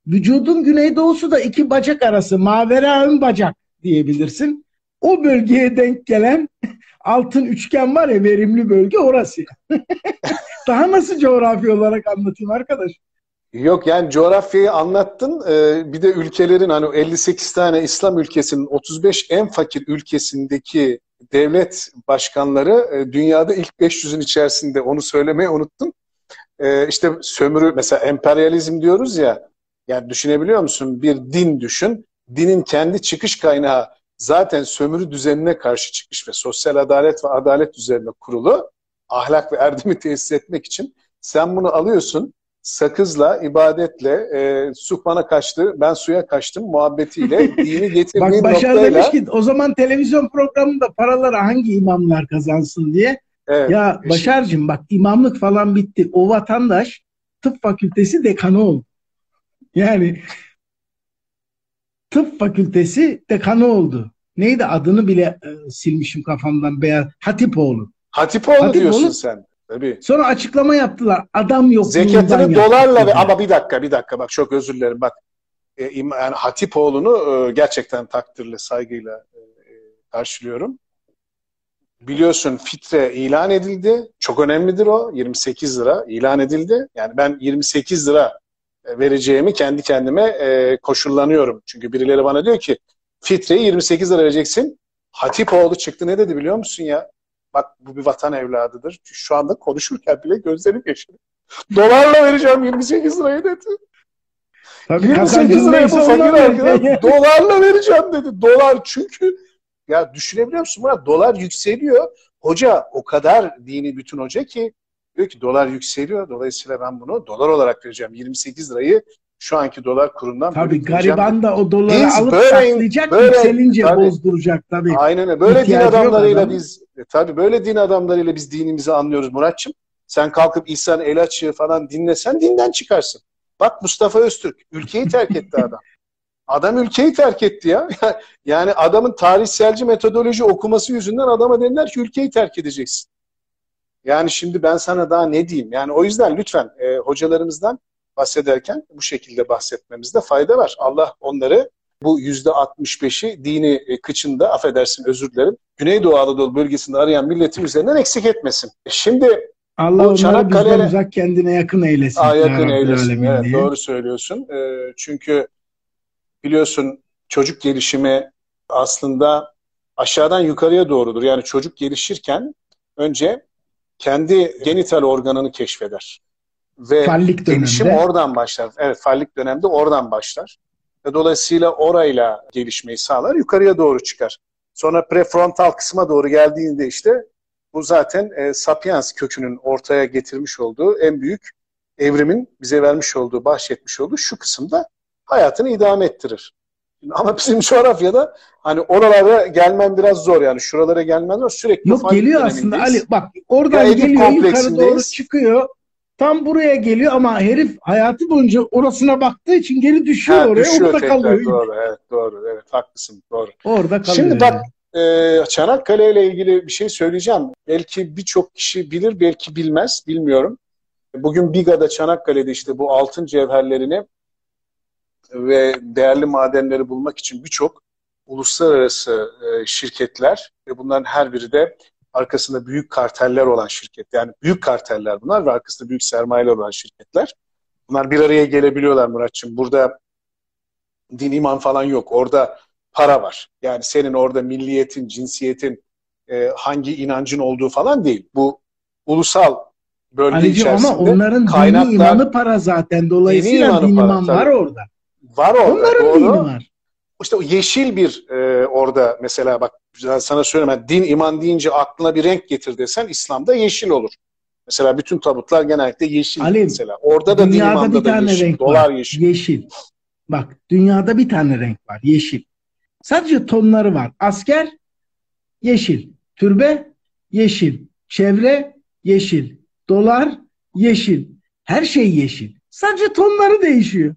Vücudun güneydoğusu da iki bacak arası, mavera ön bacak diyebilirsin. O bölgeye denk gelen altın üçgen var ya, verimli bölge orası. Daha nasıl coğrafi olarak anlatayım arkadaş? Yok yani coğrafyayı anlattın. Ee, bir de ülkelerin hani elli sekiz tane İslam ülkesinin otuz beş en fakir ülkesindeki devlet başkanları e, dünyada ilk beş yüzün içerisinde, onu söylemeyi unuttum. Ee, işte sömürü, mesela emperyalizm diyoruz ya, yani düşünebiliyor musun? Bir din düşün. Dinin kendi çıkış kaynağı zaten sömürü düzenine karşı çıkış ve sosyal adalet ve adalet üzerine kurulu, ahlak ve erdemi tesis etmek için sen bunu alıyorsun. Sakızla, ibadetle, e, su bana kaçtı, ben suya kaçtım muhabbetiyle dini getirdiğin Bak Başar demiş noktayla. ki o zaman televizyon programında paraları hangi imamlar kazansın diye. Evet, Ya eşit. Başar'cığım bak, imamlık falan bitti. O vatandaş tıp fakültesi dekanı oldu. Yani tıp fakültesi dekanı oldu. Neydi adını bile e, silmişim kafamdan. Beyaz Hatipoğlu. Hatipoğlu diyorsun Hatipoğlu. sen. Tabii. Sonra açıklama yaptılar. Adam yokluğundan Zekatını yaptık dolarla ve, dediler. ama bir dakika bir dakika bak, çok özür dilerim bak, e, im- yani Hatipoğlu'nu e, gerçekten takdirle, saygıyla e, karşılıyorum. Biliyorsun fitre ilan edildi. Çok önemlidir o. yirmi sekiz lira ilan edildi. Yani ben yirmi sekiz lira vereceğimi kendi kendime e, koşullanıyorum. Çünkü birileri bana diyor ki fitreyi yirmi sekiz lira vereceksin. Hatipoğlu çıktı, ne dedi biliyor musun ya? Bak, bu bir vatan evladıdır. Şu anda konuşurken bile gözlerim yaşarıyor. Dolarla vereceğim yirmi sekiz lirayı dedi. Tabii yirmi sekiz kazancın liraya bu neyse fakir ondan arkadaş vereceksin. dolarla vereceğim dedi. Dolar, çünkü ya düşünebiliyor musun Murat? Dolar yükseliyor. Hoca o kadar dini bütün hoca ki diyor ki dolar yükseliyor. Dolayısıyla ben bunu dolar olarak vereceğim. yirmi sekiz lirayı şu anki dolar kurundan Tabii bölüp vereceğim dedi. gariban da o doları Biz alıp böyle saklayacak, böyle yükselince tabii, bozduracak tabii. aynen öyle. Böyle din İhtiyacı yok adamlarıyla adamın. biz e, tabii böyle din adamlarıyla biz dinimizi anlıyoruz Muratçım. Sen kalkıp İhsan Elaç'ı falan dinlesen dinden çıkarsın. Bak Mustafa Öztürk ülkeyi terk etti adam. Adam ülkeyi terk etti ya. Yani adamın tarihselci metodoloji okuması yüzünden adama dediler ki ülkeyi terk edeceksin. Yani şimdi ben sana daha ne diyeyim? Yani o yüzden lütfen e, hocalarımızdan bahsederken bu şekilde bahsetmemizde fayda var. Allah onları bu yüzde altmış beşi dini e, kıçında, affedersin özür dilerim, Güneydoğu Anadolu bölgesinde arayan milletin üzerinden eksik etmesin. Şimdi Allah bu onları bizden Çanakkale uzak, kendine yakın eylesin. Aa, Ya yakın Rabbel eylesin. Alemin Evet, diye. doğru söylüyorsun. E, çünkü biliyorsun çocuk gelişimi aslında aşağıdan yukarıya doğrudur. Yani çocuk gelişirken önce kendi genital organını keşfeder. Ve Fallik gelişim dönemde. oradan başlar. Evet, fallik dönemde oradan başlar. Ve dolayısıyla orayla gelişmeyi sağlar, yukarıya doğru çıkar. Sonra prefrontal kısma doğru geldiğinde işte bu zaten e, sapiens kökünün ortaya getirmiş olduğu en büyük evrimin bize vermiş olduğu, bahşetmiş olduğu şu kısımda hayatını idame ettirir. Ama bizim coğrafyada hani oralara gelmem biraz zor, yani şuralara gelmem zor. Sürekli Yok, fallik geliyor aslında Ali. dönemindeyiz. Bak Ya oradan Edip geliyor, yukarı doğru kompleksindeyiz. çıkıyor. Tam buraya geliyor ama herif hayatı boyunca orasına baktığı için geri düşüyor Ha, oraya. düşüyor Orada kalıyor. tekrar, doğru, evet, doğru, evet, haklısın, doğru. Orada kalıyor Şimdi bak, yani. e, Çanakkale ile ilgili bir şey söyleyeceğim. Belki birçok kişi bilir, belki bilmez, bilmiyorum. Bugün Biga'da, Çanakkale'de işte bu altın cevherlerini ve değerli madenleri bulmak için birçok uluslararası e, şirketler ve bunların her biri de arkasında büyük karteller olan şirket. Yani büyük karteller bunlar ve arkasında büyük sermayeler olan şirketler. Bunlar bir araya gelebiliyorlar Muratçığım. Burada din iman falan yok. Orada para var. Yani senin orada milliyetin, cinsiyetin, e, hangi inancın olduğu falan değil. Bu ulusal bölge Ali'cim ama içerisinde onların dini kaynaklar, imanı para zaten. dini Dolayısıyla imanı din para iman var tabii. orada. Var orada, Onların dini doğru. var. İşte o yeşil bir e, orada mesela bak, sana söyleyeyim, yani din iman deyince aklına bir renk getir desen İslam'da yeşil olur. Mesela bütün tabutlar genellikle yeşil Ali, mesela. Orada da din dünyada imanda bir da tane yeşil. renk Dolar var. yeşil. Yeşil. Bak dünyada bir tane renk var. Yeşil. Sadece tonları var. Asker yeşil. Türbe yeşil. Çevre yeşil. Dolar yeşil. Her şey yeşil. Sadece tonları değişiyor.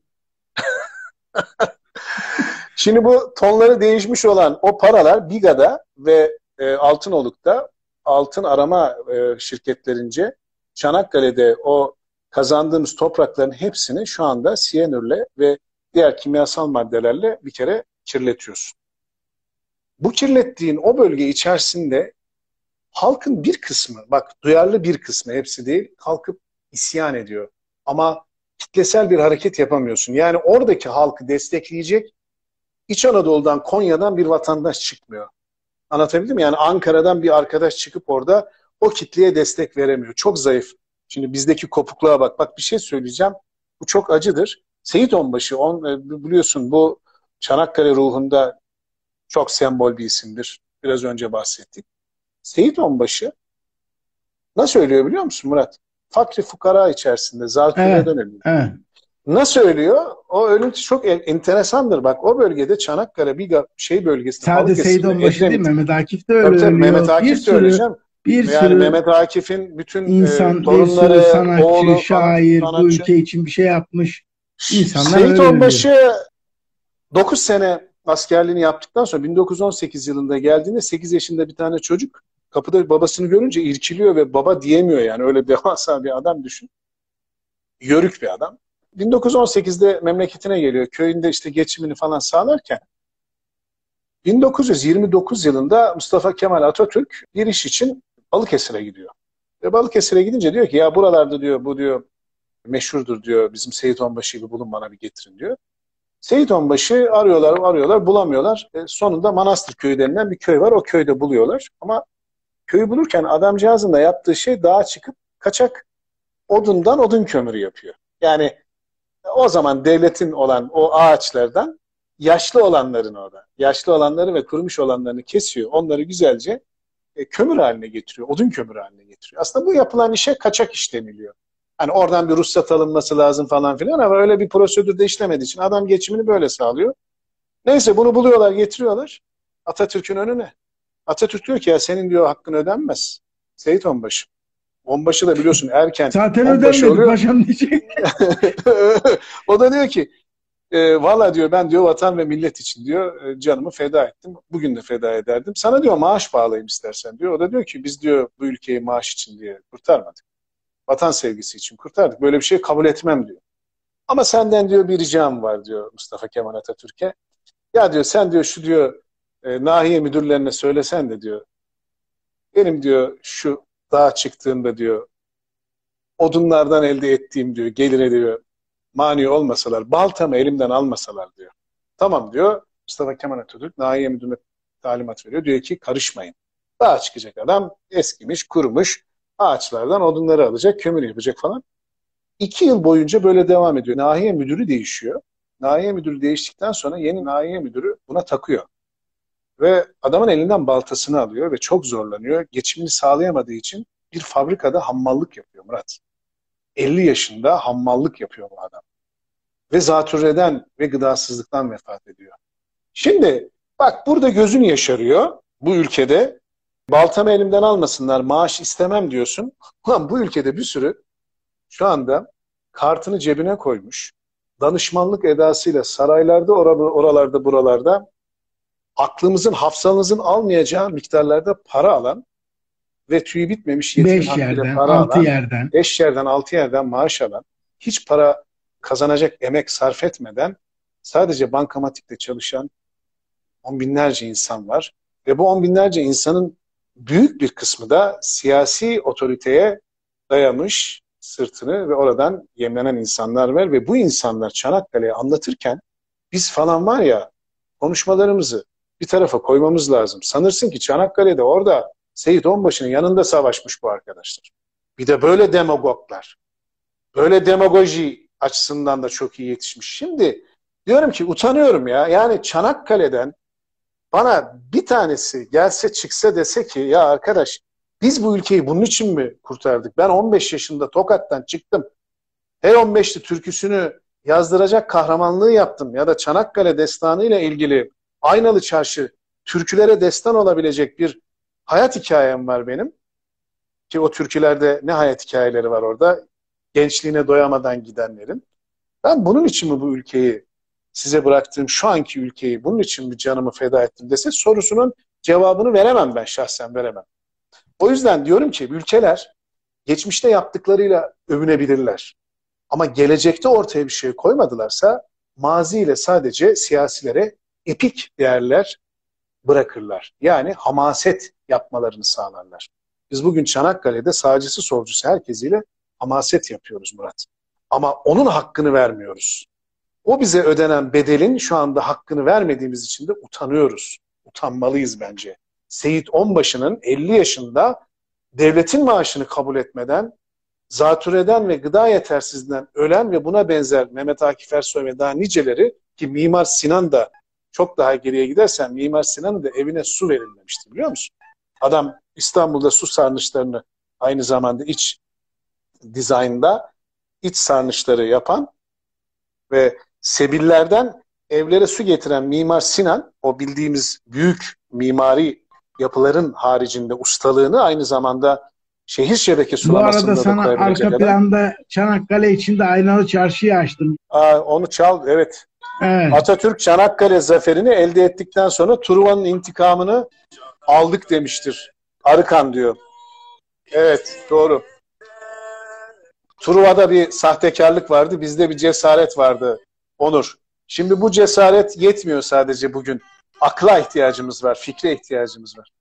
Şimdi bu tonları değişmiş olan o paralar Biga'da ve e, Altınoluk'ta altın arama e, şirketlerince Çanakkale'de o kazandığımız toprakların hepsini şu anda siyanürle ve diğer kimyasal maddelerle bir kere kirletiyorsun. Bu kirlettiğin o bölge içerisinde halkın bir kısmı, bak duyarlı bir kısmı, hepsi değil, kalkıp isyan ediyor. Ama kitlesel bir hareket yapamıyorsun. Yani oradaki halkı destekleyecek İç Anadolu'dan, Konya'dan bir vatandaş çıkmıyor. Anlatabildim mi? Yani Ankara'dan bir arkadaş çıkıp orada o kitleye destek veremiyor. Çok zayıf. Şimdi bizdeki kopukluğa bak. Bak bir şey söyleyeceğim. Bu çok acıdır. Seyit Onbaşı, on, biliyorsun bu Çanakkale ruhunda çok sembol bir isimdir. Biraz önce bahsettik. Seyit Onbaşı nasıl ölüyor biliyor musun Murat? Fakri fukara içerisinde zatürreden Evet, ölüyor. evet. Nasıl ölüyor? O ölüntü çok enteresandır. Bak o bölgede Çanakkale bir şey bölgesinde Sadece Seyit Balıkesir'de Onbaşı değil, Edremit. Mehmet Akif de öyle Tabii tabii Mehmet ölüyor. Bir Akif de sürü öleceğim. bir Yani sürü Mehmet Akif'in bütün e, insan, bir sürü torunları, sanatçı, oğlu falan şair bu sanatçı. ülke için bir şey yapmış insanlar Seyit öyle ölüyor. Onbaşı dokuz sene askerliğini yaptıktan sonra bin dokuz yüz on sekiz yılında geldiğinde sekiz yaşında bir tane çocuk kapıda babasını görünce irkiliyor ve baba diyemiyor yani. Öyle devasa bir adam düşün. Yörük bir adam. bin dokuz yüz on sekizde memleketine geliyor. Köyünde işte geçimini falan sağlarken bin dokuz yüz yirmi dokuz yılında Mustafa Kemal Atatürk bir iş için Balıkesir'e gidiyor. Ve Balıkesir'e gidince diyor ki ya buralarda diyor bu diyor meşhurdur diyor bizim Seyit Onbaşı'yı bir bulun bana bir getirin diyor. Seyit Onbaşı arıyorlar arıyorlar bulamıyorlar. E, sonunda Manastır Köyü denilen bir köy var, o köyde buluyorlar. Ama köyü bulurken adamcağızın da yaptığı şey dağa çıkıp kaçak odundan odun kömürü yapıyor. Yani o zaman devletin olan o ağaçlardan yaşlı olanların orada, yaşlı olanları ve kurumuş olanlarını kesiyor. Onları güzelce e, kömür haline getiriyor, odun kömürü haline getiriyor. Aslında bu yapılan işe kaçak iş deniliyor. Hani oradan bir ruhsat alınması lazım falan filan ama öyle bir prosedürde işlemediği için adam geçimini böyle sağlıyor. Neyse bunu buluyorlar, getiriyorlar Atatürk'ün önüne. Atatürk diyor ki ya senin diyor hakkın ödenmez. Seyit Onbaşı. Onbaşı da biliyorsun erken Zaten onbaşı ödenmedi oluyor. paşam diyecek. O da diyor ki e, valla diyor ben diyor vatan ve millet için diyor e, canımı feda ettim. Bugün de feda ederdim. Sana diyor maaş bağlayayım istersen diyor. O da diyor ki biz diyor bu ülkeyi maaş için diye kurtarmadık. Vatan sevgisi için kurtardık. Böyle bir şey kabul etmem diyor. Ama senden diyor bir ricam var diyor Mustafa Kemal Atatürk'e. Ya diyor sen diyor şu diyor e, nahiye müdürlerine söylesen de diyor benim diyor şu dağa çıktığımda diyor odunlardan elde ettiğim diyor gelire diyor mani olmasalar, baltamı elimden almasalar diyor. Tamam diyor. Mustafa Kemal Atatürk nahiye müdürüne talimat veriyor. Diyor ki karışmayın. Dağa çıkacak adam eskimiş, kurumuş. Ağaçlardan odunları alacak, kömür yapacak falan. İki yıl boyunca böyle devam ediyor. Nahiye müdürü değişiyor. Nahiye müdürü değiştikten sonra yeni nahiye müdürü buna takıyor. Ve adamın elinden baltasını alıyor ve çok zorlanıyor. Geçimini sağlayamadığı için bir fabrikada hammallık yapıyor Murat. elli yaşında hammallık yapıyor bu adam. Ve zatürreden ve gıdasızlıktan vefat ediyor. Şimdi bak burada gözün yaşarıyor bu ülkede. Baltamı elimden almasınlar, maaş istemem diyorsun. Ulan bu ülkede bir sürü şu anda kartını cebine koymuş, danışmanlık edasıyla saraylarda, oralarda, buralarda aklımızın, hafızamızın almayacağı miktarlarda para alan ve tüyü bitmemiş yetimin Beş hakkıyla yerden, para altı alan, yerden. beş yerden, altı yerden maaş alan, hiç para kazanacak emek sarf etmeden sadece bankamatikte çalışan on binlerce insan var. Ve bu on binlerce insanın büyük bir kısmı da siyasi otoriteye dayamış sırtını ve oradan yemlenen insanlar var. Ve bu insanlar Çanakkale'yi anlatırken biz falan var ya konuşmalarımızı bir tarafa koymamız lazım. Sanırsın ki Çanakkale'de orada Seyit Onbaşı'nın yanında savaşmış bu arkadaşlar. Bir de böyle demagoglar. Böyle demagoji açısından da çok iyi yetişmiş. Şimdi diyorum ki utanıyorum ya. Yani Çanakkale'den bana bir tanesi gelse çıksa dese ki ya arkadaş biz bu ülkeyi bunun için mi kurtardık? Ben on beş yaşında Tokat'tan çıktım. Her on beşli türküsünü yazdıracak kahramanlığı yaptım. Ya da Çanakkale destanı ile ilgili Aynalı Çarşı türkülere destan olabilecek bir hayat hikayem var benim. Ki o türkülerde ne hayat hikayeleri var orada? Gençliğine doyamadan gidenlerin. Ben bunun için mi bu ülkeyi size bıraktığım şu anki ülkeyi bunun için mi canımı feda ettim dese sorusunun cevabını veremem ben şahsen veremem. O yüzden diyorum ki ülkeler geçmişte yaptıklarıyla övünebilirler. Ama gelecekte ortaya bir şey koymadılarsa maziyle sadece siyasilere epik değerler bırakırlar. Yani hamaset yapmalarını sağlarlar. Biz bugün Çanakkale'de sağcısı solcusu herkesiyle hamaset yapıyoruz Murat. Ama onun hakkını vermiyoruz. O bize ödenen bedelin şu anda hakkını vermediğimiz için de utanıyoruz. Utanmalıyız bence. Seyit Onbaşı'nın elli yaşında devletin maaşını kabul etmeden, zatürreden ve gıda yetersizliğinden ölen ve buna benzer Mehmet Akif Ersoy ve daha niceleri, ki Mimar Sinan da çok daha geriye gidersen Mimar Sinan'ın da evine su verilmemişti, biliyor musun? Adam İstanbul'da su sarnıçlarını aynı zamanda iç dizaynda iç sarnıçları yapan ve sebillerden evlere su getiren Mimar Sinan, o bildiğimiz büyük mimari yapıların haricinde ustalığını aynı zamanda şehir şebeke sulamasında da koyabilecek adam. Bu arada sana arka planda Çanakkale içinde aynalı çarşıyı açtım. Aa, onu çal, evet. Evet. Atatürk Çanakkale zaferini elde ettikten sonra Truva'nın intikamını aldık demiştir. Arıkan diyor. Evet, doğru. Truva'da bir sahtekarlık vardı, bizde bir cesaret vardı Onur. Şimdi bu cesaret yetmiyor sadece bugün. Akla ihtiyacımız var, fikre ihtiyacımız var.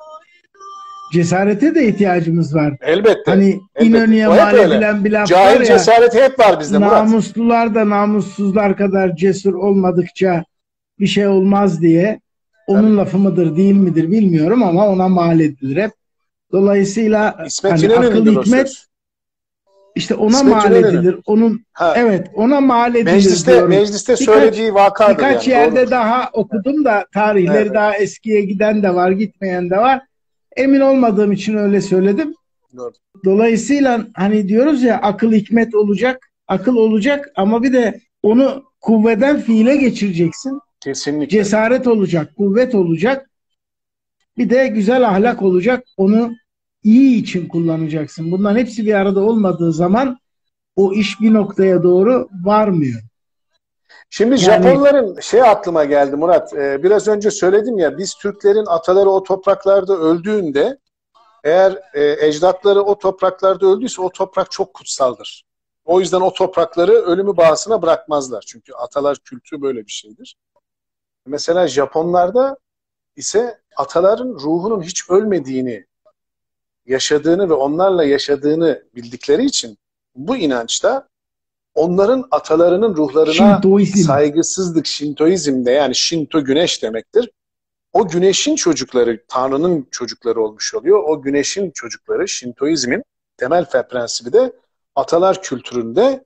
Cesarete de ihtiyacımız var. Elbette. Hani elbette. İnönü'ye mal edilen bir laf Cahil var ya. Cesareti hep var bizde Murat. Namuslular da namussuzlar kadar cesur olmadıkça bir şey olmaz diye. Onun Tabii. lafı mıdır değil midir bilmiyorum ama ona mal edilir hep. Dolayısıyla İsmet hani akıl hikmet işte ona İsmet mal edilir. Onun ha. evet ona mal edilir. Mecliste diyorum. mecliste birkaç, söylediği vakadır birkaç yani. yerde Doğru. daha okudum da tarihleri evet. daha eskiye giden de var, gitmeyen de var. Emin olmadığım için öyle söyledim. Doğru. Dolayısıyla hani diyoruz ya akıl hikmet olacak, akıl olacak ama bir de onu kuvveden fiile geçireceksin. Kesinlikle. Cesaret olacak, kuvvet olacak. Bir de güzel ahlak olacak. Onu iyi için kullanacaksın. Bunların hepsi bir arada olmadığı zaman o iş bir noktaya doğru varmıyor. Şimdi yani, Japonların şey aklıma geldi Murat. E, biraz önce söyledim ya, biz Türklerin ataları o topraklarda öldüğünde, eğer e, ecdatları o topraklarda öldüyse o toprak çok kutsaldır. O yüzden o toprakları ölümü bahasına bırakmazlar. Çünkü atalar kültürü böyle bir şeydir. Mesela Japonlarda ise ataların ruhunun hiç ölmediğini, yaşadığını ve onlarla yaşadığını bildikleri için bu inançta onların atalarının ruhlarına Şintoizm. saygısızlık, Şintoizm'de, yani Şinto güneş demektir. O güneşin çocukları, Tanrı'nın çocukları olmuş oluyor. O güneşin çocukları, Şintoizmin temel prensibi de atalar kültüründe,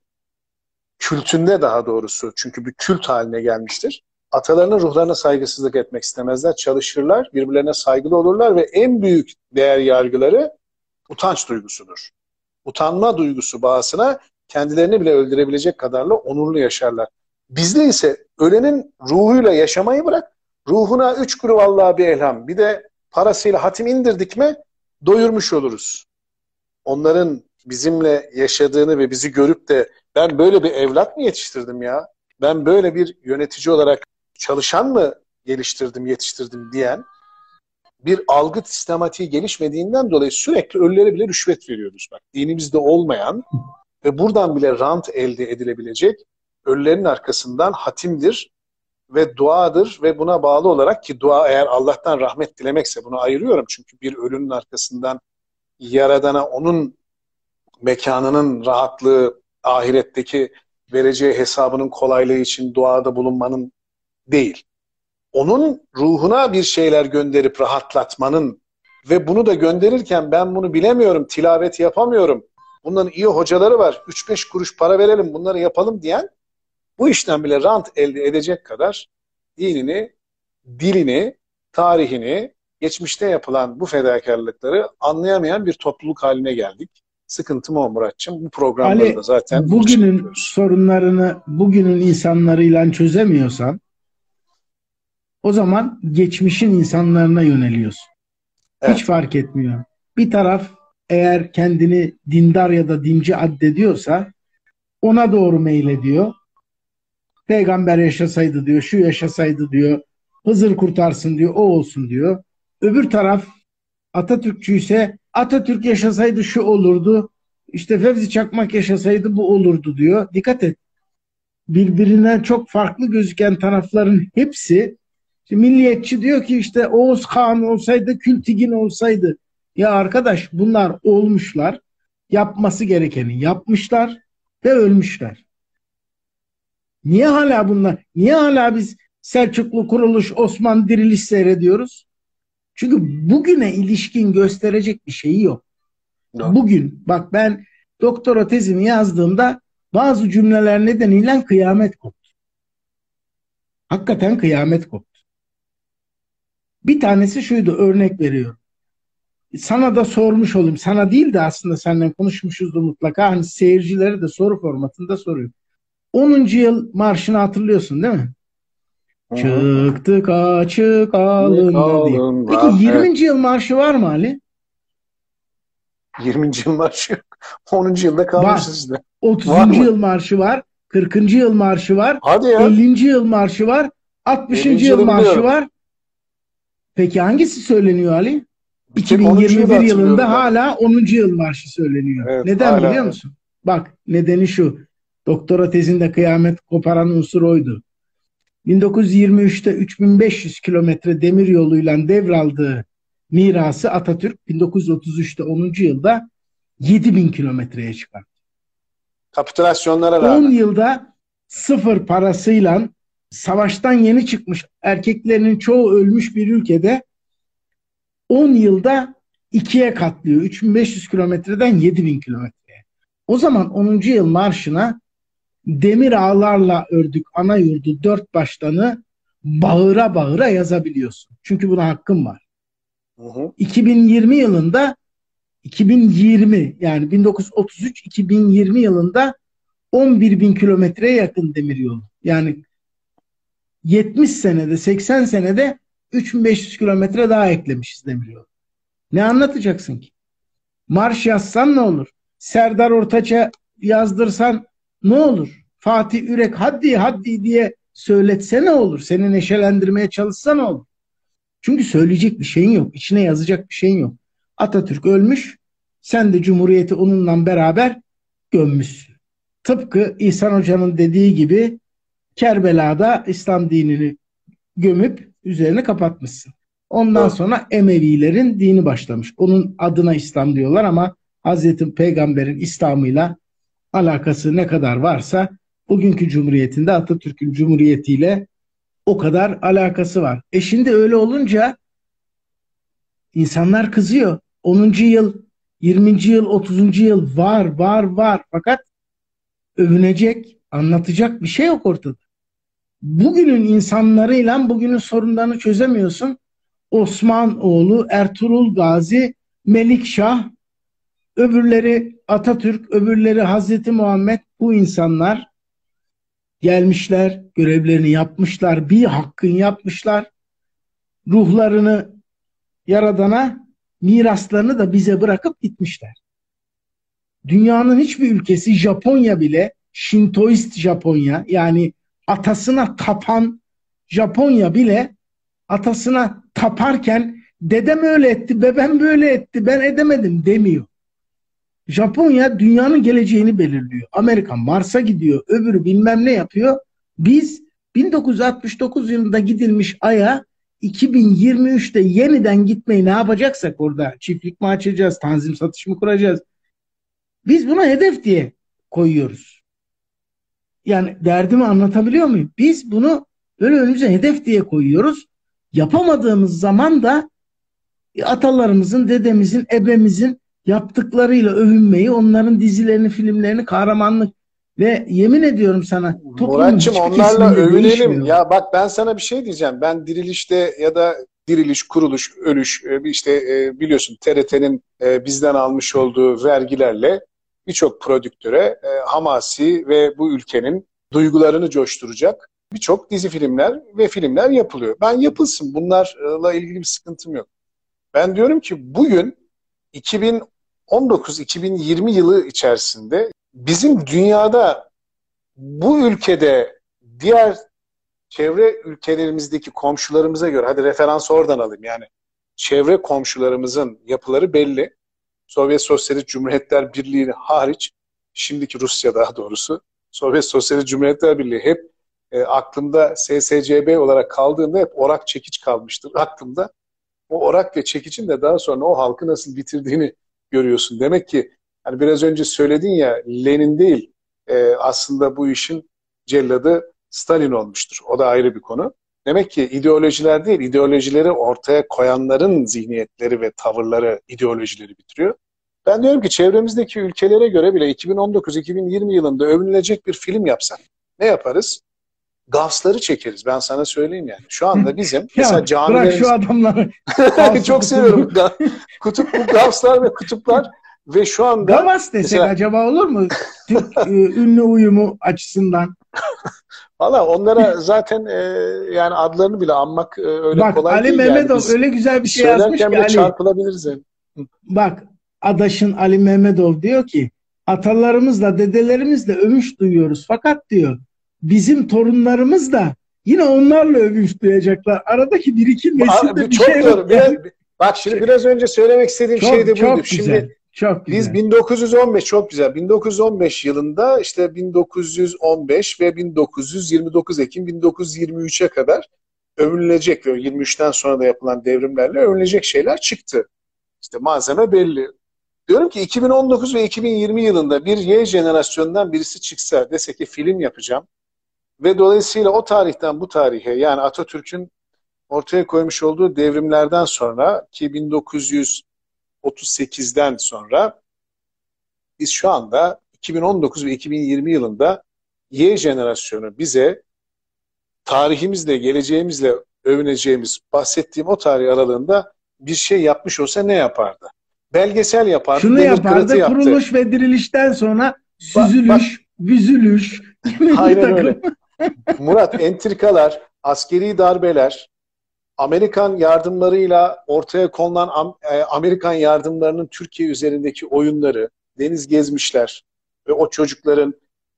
kültünde daha doğrusu, çünkü bir kült haline gelmiştir. Atalarının ruhlarına saygısızlık etmek istemezler, çalışırlar, birbirlerine saygılı olurlar ve en büyük değer yargıları utanç duygusudur. Utanma duygusu bahasına kendilerini bile öldürebilecek kadarla onurlu yaşarlar. Bizde ise ölenin ruhuyla yaşamayı bırak, ruhuna üç kuru vallahi bir elham, bir de parasıyla hatim indirdik mi doyurmuş oluruz. Onların bizimle yaşadığını ve bizi görüp de ben böyle bir evlat mı yetiştirdim ya? Ben böyle bir yönetici olarak çalışan mı geliştirdim, yetiştirdim diyen bir algı sistematiği gelişmediğinden dolayı sürekli ölülere bile rüşvet veriyoruz. Bak, dinimizde olmayan ve buradan bile rant elde edilebilecek ölülerin arkasından hatimdir ve duadır ve buna bağlı olarak, ki dua eğer Allah'tan rahmet dilemekse bunu ayırıyorum. Çünkü bir ölünün arkasından Yaradan'a onun mekanının rahatlığı, ahiretteki vereceği hesabının kolaylığı için duada bulunmanın değil. Onun ruhuna bir şeyler gönderip rahatlatmanın ve bunu da gönderirken ben bunu bilemiyorum, tilaveti yapamıyorum, bunların iyi hocaları var, üç beş kuruş para verelim bunları yapalım diyen, bu işten bile rant elde edecek kadar dinini, dilini, tarihini, geçmişte yapılan bu fedakarlıkları anlayamayan bir topluluk haline geldik. Sıkıntım o Muratçım. Bu programda da zaten bugünün sorunlarını bugünün insanlarıyla çözemiyorsan o zaman geçmişin insanlarına yöneliyorsun. Evet. Hiç fark etmiyor. Bir taraf eğer kendini dindar ya da dinci addediyorsa ona doğru meylediyor. Peygamber yaşasaydı diyor, şu yaşasaydı diyor, Hızır kurtarsın diyor, o olsun diyor. Öbür taraf Atatürkçü ise Atatürk yaşasaydı şu olurdu, işte Fevzi Çakmak yaşasaydı bu olurdu diyor. Dikkat et. birbirinden çok farklı gözüken tarafların hepsi, işte milliyetçi diyor ki işte Oğuz Kağan olsaydı, Kültigin olsaydı. Ya arkadaş, bunlar olmuşlar, yapması gerekeni yapmışlar ve ölmüşler. Niye hala bunlar? Niye hala biz Selçuklu kuruluş, Osmanlı diriliş seyrediyoruz? Çünkü bugüne ilişkin gösterecek bir şeyi yok. Yok. Bugün bak, ben doktora tezimi yazdığımda bazı cümleler nedeniyle kıyamet koptu. Hakikaten kıyamet koptu. Bir tanesi şuydu, örnek veriyorum. Sana da sormuş olayım. Sana değil de aslında seninle konuşmuşuzdur mutlaka. Hani seyircilere de soru formatında soruyorum. onuncu yıl marşını hatırlıyorsun değil mi? Hı hı. Çıktık açık alınla diye. Peki Alınlar. yirminci yıl marşı var mı Ali? yirminci yıl marşı yok. onuncu yılda Var. kalmışız işte. Var otuzuncu mı? yıl marşı var. kırkıncı yıl marşı var. Hadi ya. ellinci yıl marşı var. altmışıncı ellinci yıl yılı marşı biliyorum. var. Peki hangisi söyleniyor Ali? Bir tek onuncu yılı iki bin yirmi bir yılında hatırlıyorum ben. hala onuncu yıl marşı söyleniyor. Evet, Neden biliyor hala. musun? Bak, nedeni şu. Doktora tezinde kıyamet koparan unsur oydu. bin dokuz yüz yirmi üçte üç bin beş yüz kilometre demir yoluyla devraldığı mirası Atatürk bin dokuz yüz otuz üçte onuncu yılda yedi bin kilometreye çıkarttı. Kapitülasyonlara on rağmen. yılda sıfır parasıyla savaştan yeni çıkmış, erkeklerinin çoğu ölmüş bir ülkede on yılda ikiye katlıyor. üç bin beş yüz kilometreden yedi bin kilometreye. O zaman onuncu yıl marşına demir ağlarla ördük ana yurdu dört baştanı bağıra bağıra yazabiliyorsun. Çünkü buna hakkın var. Hı hı. iki bin yirmi yılında iki bin yirmi yani bin dokuz yüz otuz üç iki bin yirmi yılında on bir bin kilometreye yakın demiryolu. Yani yetmiş senede, seksen senede üç bin beş yüz kilometre daha eklemişiz demiryolu. Ne anlatacaksın ki? Marş yazsan ne olur? Serdar Ortaç'a yazdırsan ne olur? Fatih Ürek haddi haddi diye söyletse ne olur? Seni neşelendirmeye çalışsa ne olur? Çünkü söyleyecek bir şeyin yok. İçine yazacak bir şeyin yok. Atatürk ölmüş. Sen de Cumhuriyeti onunla beraber gömmüşsün. Tıpkı İhsan Hoca'nın dediği gibi Kerbela'da İslam dinini gömüp üzerine kapatmışsın. Ondan Doğru. sonra Emevilerin dini başlamış. Onun adına İslam diyorlar ama Hazreti Peygamber'in İslam'ıyla alakası ne kadar varsa bugünkü Cumhuriyetinde Atatürk'ün Cumhuriyetiyle o kadar alakası var. E şimdi öyle olunca insanlar kızıyor. onuncu yıl, yirminci yıl, otuzuncu yıl var, var, var. Fakat övünecek, anlatacak bir şey yok ortada. Bugünün insanlarıyla bugünün sorunlarını çözemiyorsun. Osmanoğlu, Ertuğrul Gazi, Melikşah, öbürleri Atatürk, öbürleri Hazreti Muhammed, bu insanlar gelmişler, görevlerini yapmışlar, bir hakkın yapmışlar. Ruhlarını Yaradan'a, miraslarını da bize bırakıp gitmişler. Dünyanın hiçbir ülkesi, Japonya bile, Şintoist Japonya, yani atasına tapan Japonya bile atasına taparken dedem öyle etti, bebem böyle etti, ben edemedim demiyor. Japonya dünyanın geleceğini belirliyor. Amerika Mars'a gidiyor, öbürü bilmem ne yapıyor. Biz bin dokuz yüz altmış dokuz yılında gidilmiş Ay'a iki bin yirmi üçte yeniden gitmeyi ne yapacaksak orada çiftlik mi açacağız, tanzim satış mı kuracağız? Biz buna hedef diye koyuyoruz. Yani derdimi anlatabiliyor muyum? Biz bunu böyle önümüze hedef diye koyuyoruz. Yapamadığımız zaman da atalarımızın, dedemizin, ebemizin yaptıklarıyla övünmeyi, onların dizilerini, filmlerini, kahramanlık ve yemin ediyorum sana toplumun Muratçım, hiçbir onlarla kesiminde övünelim. değişmiyor. Ya bak, ben sana bir şey diyeceğim. Ben dirilişte ya da diriliş, kuruluş, ölüş, e, işte e, biliyorsun T R T'nin e, bizden almış olduğu vergilerle birçok prodüktöre e, hamasi ve bu ülkenin duygularını coşturacak birçok dizi filmler ve filmler yapılıyor. Ben yapılsın, bunlarla ilgili bir sıkıntım yok. Ben diyorum ki bugün iki bin on dokuz iki bin yirmi yılı içerisinde bizim dünyada, bu ülkede diğer çevre ülkelerimizdeki komşularımıza göre, hadi referans oradan alayım, yani çevre komşularımızın yapıları belli. Sovyet Sosyalist Cumhuriyetler Birliği hariç, şimdiki Rusya daha doğrusu, Sovyet Sosyalist Cumhuriyetler Birliği hep e, aklımda S S C B olarak kaldığında hep orak çekiç kalmıştır aklımda. O orak ve çekicin de daha sonra o halkı nasıl bitirdiğini görüyorsun. Demek ki hani biraz önce söyledin ya, Lenin değil e, aslında bu işin celladı Stalin olmuştur. O da ayrı bir konu. Demek ki ideolojiler değil, ideolojileri ortaya koyanların zihniyetleri ve tavırları ideolojileri bitiriyor. Ben diyorum ki çevremizdeki ülkelere göre bile iki bin on dokuz iki bin yirmi yılında övünülecek bir film yapsak ne yaparız? Gavs'ları çekeriz. Ben sana söyleyeyim yani. Şu anda bizim mesela Ya bırak şu camilerimiz... adamları. Çok seviyorum. Kutup, bu Gavs'lar ve kutuplar ve şu anda Gavas desek mesela, acaba olur mu? Türk e, ünlü uyumu açısından. valla onlara zaten e, yani adlarını bile anmak e, öyle Bak kolay Ali değil yani. Mehmetov Biz öyle güzel bir şey yazmış söylerken ki bile Ali. çarpılabiliriz yani. Bak adaşın Ali Mehmetov diyor ki atalarımızla dedelerimizle övünç duyuyoruz. Fakat diyor bizim torunlarımız da yine onlarla övünç duyacaklar. Aradaki bir iki nesilde Abi, bir çok şey doğru. yok. Biraz, Yani. bak şimdi biraz önce söylemek istediğim şey Çok de buydu. çok Şimdi güzel. Çok biz güzel. bin dokuz yüz on beş, çok güzel. bin dokuz yüz on beş yılında işte bin dokuz yüz on beş ve bin dokuz yüz yirmi dokuz Ekim bin dokuz yüz yirmi üçe kadar övünülecek ve yirmi üçten sonra da yapılan devrimlerle övünülecek şeyler çıktı. İşte malzeme belli. Diyorum ki iki bin on dokuz ve iki bin yirmi yılında bir Y jenerasyonundan birisi çıksa, dese ki film yapacağım ve dolayısıyla o tarihten bu tarihe, yani Atatürk'ün ortaya koymuş olduğu devrimlerden sonra ki bin dokuz yüz otuz sekizden sonra biz şu anda iki bin on dokuz ve iki bin yirmi yılında Y jenerasyonu bize tarihimizle, geleceğimizle övüneceğimiz, bahsettiğim o tarih aralığında bir şey yapmış olsa ne yapardı? Belgesel yapardı, Şunu demir kırıtı yapardı. yaptı. Kuruluş ve dirilişten sonra Bak, bak, süzülüş, büzülüş. aynen öyle. Murat, entrikalar, askeri darbeler, Amerikan yardımlarıyla ortaya konulan Amerikan yardımlarının Türkiye üzerindeki oyunları, deniz gezmişler ve o çocukların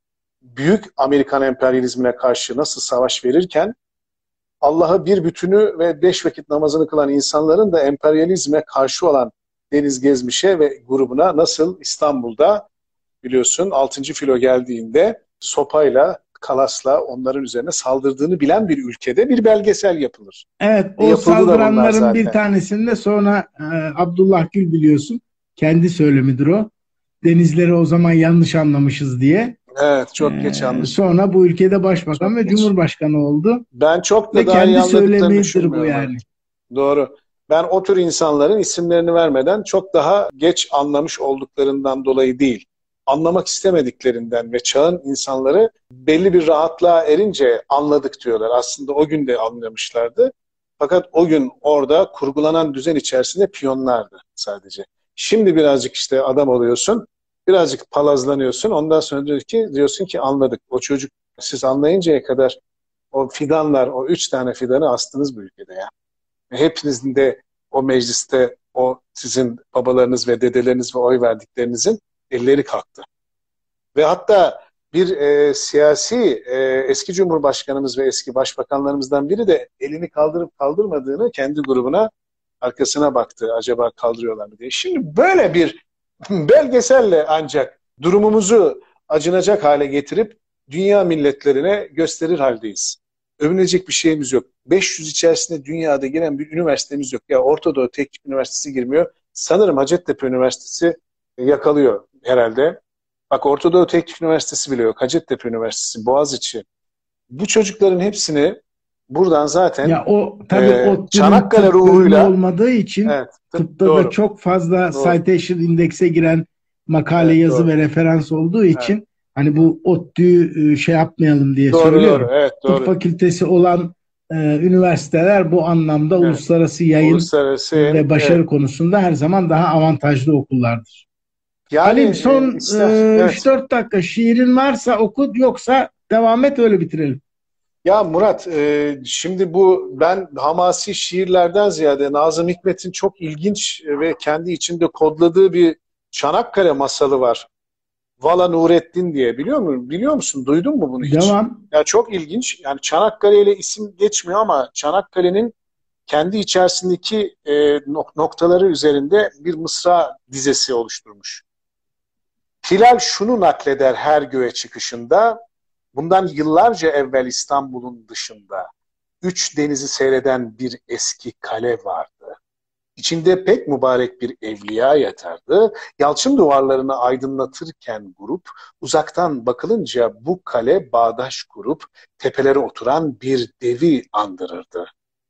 büyük Amerikan emperyalizmine karşı nasıl savaş verirken Allah'a bir bütünü ve beş vakit namazını kılan insanların da emperyalizme karşı olan Deniz Gezmiş'e ve grubuna nasıl İstanbul'da biliyorsun altıncı filo geldiğinde sopayla, kalasla onların üzerine saldırdığını bilen bir ülkede bir belgesel yapılır. Evet, E, o yapıldı da bunlar saldıranların bir zaten. tanesinde sonra e, Abdullah Gül biliyorsun. Kendi söylemidir o. Denizleri o zaman yanlış anlamışız diye. Evet, çok geç E, anladım. sonra bu ülkede başbakan Çok ve geç. cumhurbaşkanı oldu. Ben çok da Ve daha iyi kendi anladıklarını söylemidir düşünmüyorum. bu yani. Evet. Doğru. Ben o tür insanların isimlerini vermeden çok daha geç anlamış olduklarından dolayı değil, anlamak istemediklerinden ve çağın insanları belli bir rahatlığa erince anladık diyorlar. Aslında o gün de anlamışlardı. Fakat o gün orada kurgulanan düzen içerisinde piyonlardı sadece. Şimdi birazcık işte adam oluyorsun, birazcık palazlanıyorsun. Ondan sonra diyor ki, diyorsun ki anladık. O çocuk siz anlayıncaya kadar o fidanlar, o üç tane fidanı astınız bu ülkede ya. Hepinizin de o mecliste o sizin babalarınız ve dedeleriniz ve oy verdiklerinizin elleri kalktı. Ve hatta bir e, siyasi e, eski cumhurbaşkanımız ve eski başbakanlarımızdan biri de elini kaldırıp kaldırmadığını kendi grubuna arkasına baktı. Acaba kaldırıyorlar mı diye. Şimdi böyle bir belgeselle ancak durumumuzu acınacak hale getirip dünya milletlerine gösterir haldeyiz. Övünecek bir şeyimiz yok. beş yüz içerisinde dünyada giren bir üniversitemiz yok. Ya Orta Doğu Teknik Üniversitesi girmiyor. Sanırım Hacettepe Üniversitesi yakalıyor herhalde. Bak Orta Doğu Teknik Üniversitesi bile yok. Hacettepe Üniversitesi, Boğaziçi. Bu çocukların hepsini buradan zaten Ya o tabii e, o Çanakkale tıp bölümü ruhuyla olmadığı için evet, tıpta doğru. da çok fazla Doğru. citation indekse giren makale, Evet, yazı doğru. ve referans olduğu için Evet. hani bu ODTÜ'yü şey yapmayalım diye Doğru, söylüyorum. doğru. Evet, doğru. Tıp fakültesi olan e, üniversiteler bu anlamda Evet. uluslararası yayın Uluslararası ve başarı evet. konusunda her zaman daha avantajlı okullardır. Yani Halim son e, ister, e, evet. üç dört dakika şiirin varsa oku, yoksa devam et öyle bitirelim. Ya Murat, e, şimdi bu ben hamasi şiirlerden ziyade Nazım Hikmet'in çok ilginç ve kendi içinde kodladığı bir Çanakkale masalı var. Vala Nurettin diye, biliyor musun? Biliyor musun? Duydun mu bunu hiç? Devam. Ya çok ilginç. Yani Çanakkale ile isim geçmiyor ama Çanakkale'nin kendi içerisindeki e, noktaları üzerinde bir mısra dizesi oluşturmuş. Hilal şunu nakleder her göğe çıkışında, bundan yıllarca evvel İstanbul'un dışında üç denizi seyreden bir eski kale vardı. İçinde pek mübarek bir evliya yatardı. Yalçın duvarlarını aydınlatırken grup, uzaktan bakılınca bu kale bağdaş kurup tepelere oturan bir devi andırırdı.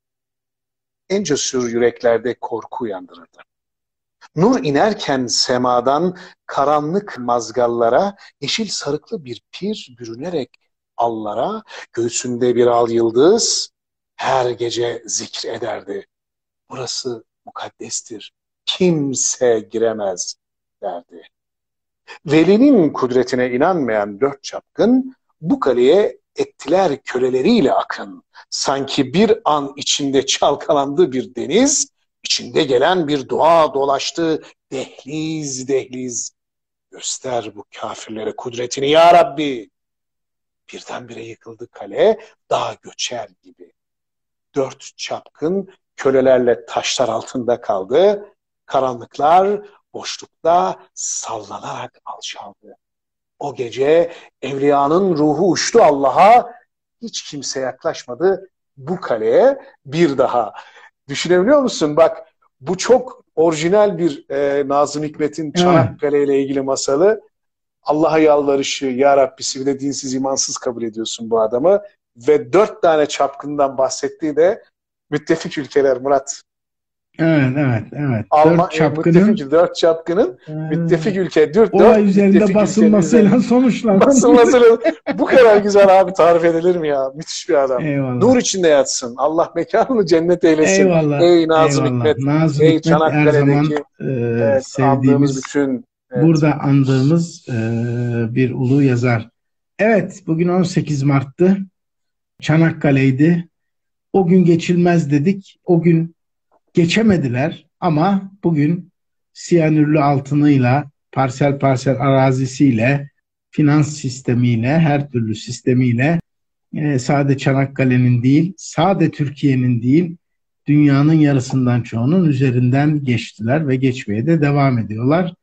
En cesur yüreklerde korku uyandırırdı. Nur inerken semadan karanlık mazgallara, yeşil sarıklı bir pir bürünerek allara, göğsünde bir al yıldız her gece zikrederdi. Burası mukaddestir, kimse giremez derdi. Velinin kudretine inanmayan dört çapkın bu kaleye ettiler köleleriyle akın. Sanki bir an içinde çalkalandı bir deniz, içinde gelen bir dua dolaştı dehliz dehliz. Göster bu kafirlere kudretini ya Rabbi. Birdenbire yıkıldı kale, dağ göçer gibi. Dört çapkın kölelerle taşlar altında kaldı. Karanlıklar boşlukta sallanarak alçaldı. O gece evliyanın ruhu uçtu Allah'a. Hiç kimse yaklaşmadı bu kaleye bir daha. Düşünebiliyor musun? Bak, bu çok orijinal bir e, Nazım Hikmet'in Çanakkale ile ilgili masalı. Allah'a yalvarışı, ya Rabbisi, bir de dinsiz imansız kabul ediyorsun bu adamı. Ve dört tane çapkından bahsettiği de müttefik ülkeler Murat. Evet, evet, evet. Alman, dört çapkının, müttefik, dört çapkının e, müttefik ülke. Dört, olay üzerinde basılmasıyla sonuçlanan. Basılmasıyla. Bu kadar güzel abi, tarif edilir mi ya? Müthiş bir adam. Eyvallah. Nur içinde yatsın. Allah mekanını cennet eylesin. Eyvallah. Ey Nazım eyvallah. Hikmet. Nazım ey Hikmet her zaman e, evet, sevdiğimiz, bütün, evet, burada andığımız e, bir ulu yazar. Evet, bugün on sekiz Mart'tı. Çanakkale'ydi. O gün geçilmez dedik. O gün geçemediler ama bugün siyanürlü altınıyla, parsel parsel arazisiyle, finans sistemiyle, her türlü sistemiyle e, sade Çanakkale'nin değil, sade Türkiye'nin değil, dünyanın yarısından çoğunun üzerinden geçtiler ve geçmeye de devam ediyorlar.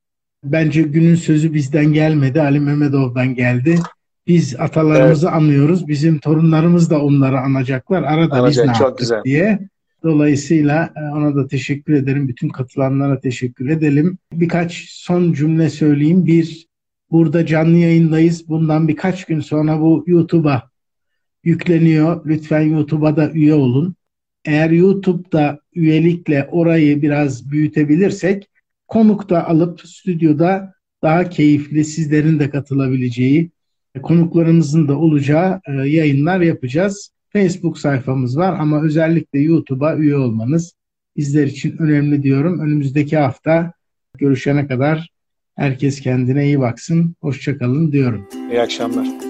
Bence günün sözü bizden gelmedi, Ali Mehmedov'dan geldi. Biz atalarımızı evet. anıyoruz, bizim torunlarımız da onları anacaklar. Arada Anacak, biz ne yaptık güzel. diye. Dolayısıyla ona da teşekkür ederim. Bütün katılanlara teşekkür edelim. Birkaç son cümle söyleyeyim. Bir, burada canlı yayındayız. Bundan birkaç gün sonra bu YouTube'a yükleniyor. Lütfen YouTube'a da üye olun. Eğer YouTube'da üyelikle orayı biraz büyütebilirsek, konuk da alıp stüdyoda daha keyifli, sizlerin de katılabileceği, konuklarımızın da olacağı yayınlar yapacağız. Facebook sayfamız var ama özellikle YouTube'a üye olmanız bizler için önemli diyorum. Önümüzdeki hafta görüşene kadar herkes kendine iyi baksın. Hoşça kalın diyorum. İyi akşamlar.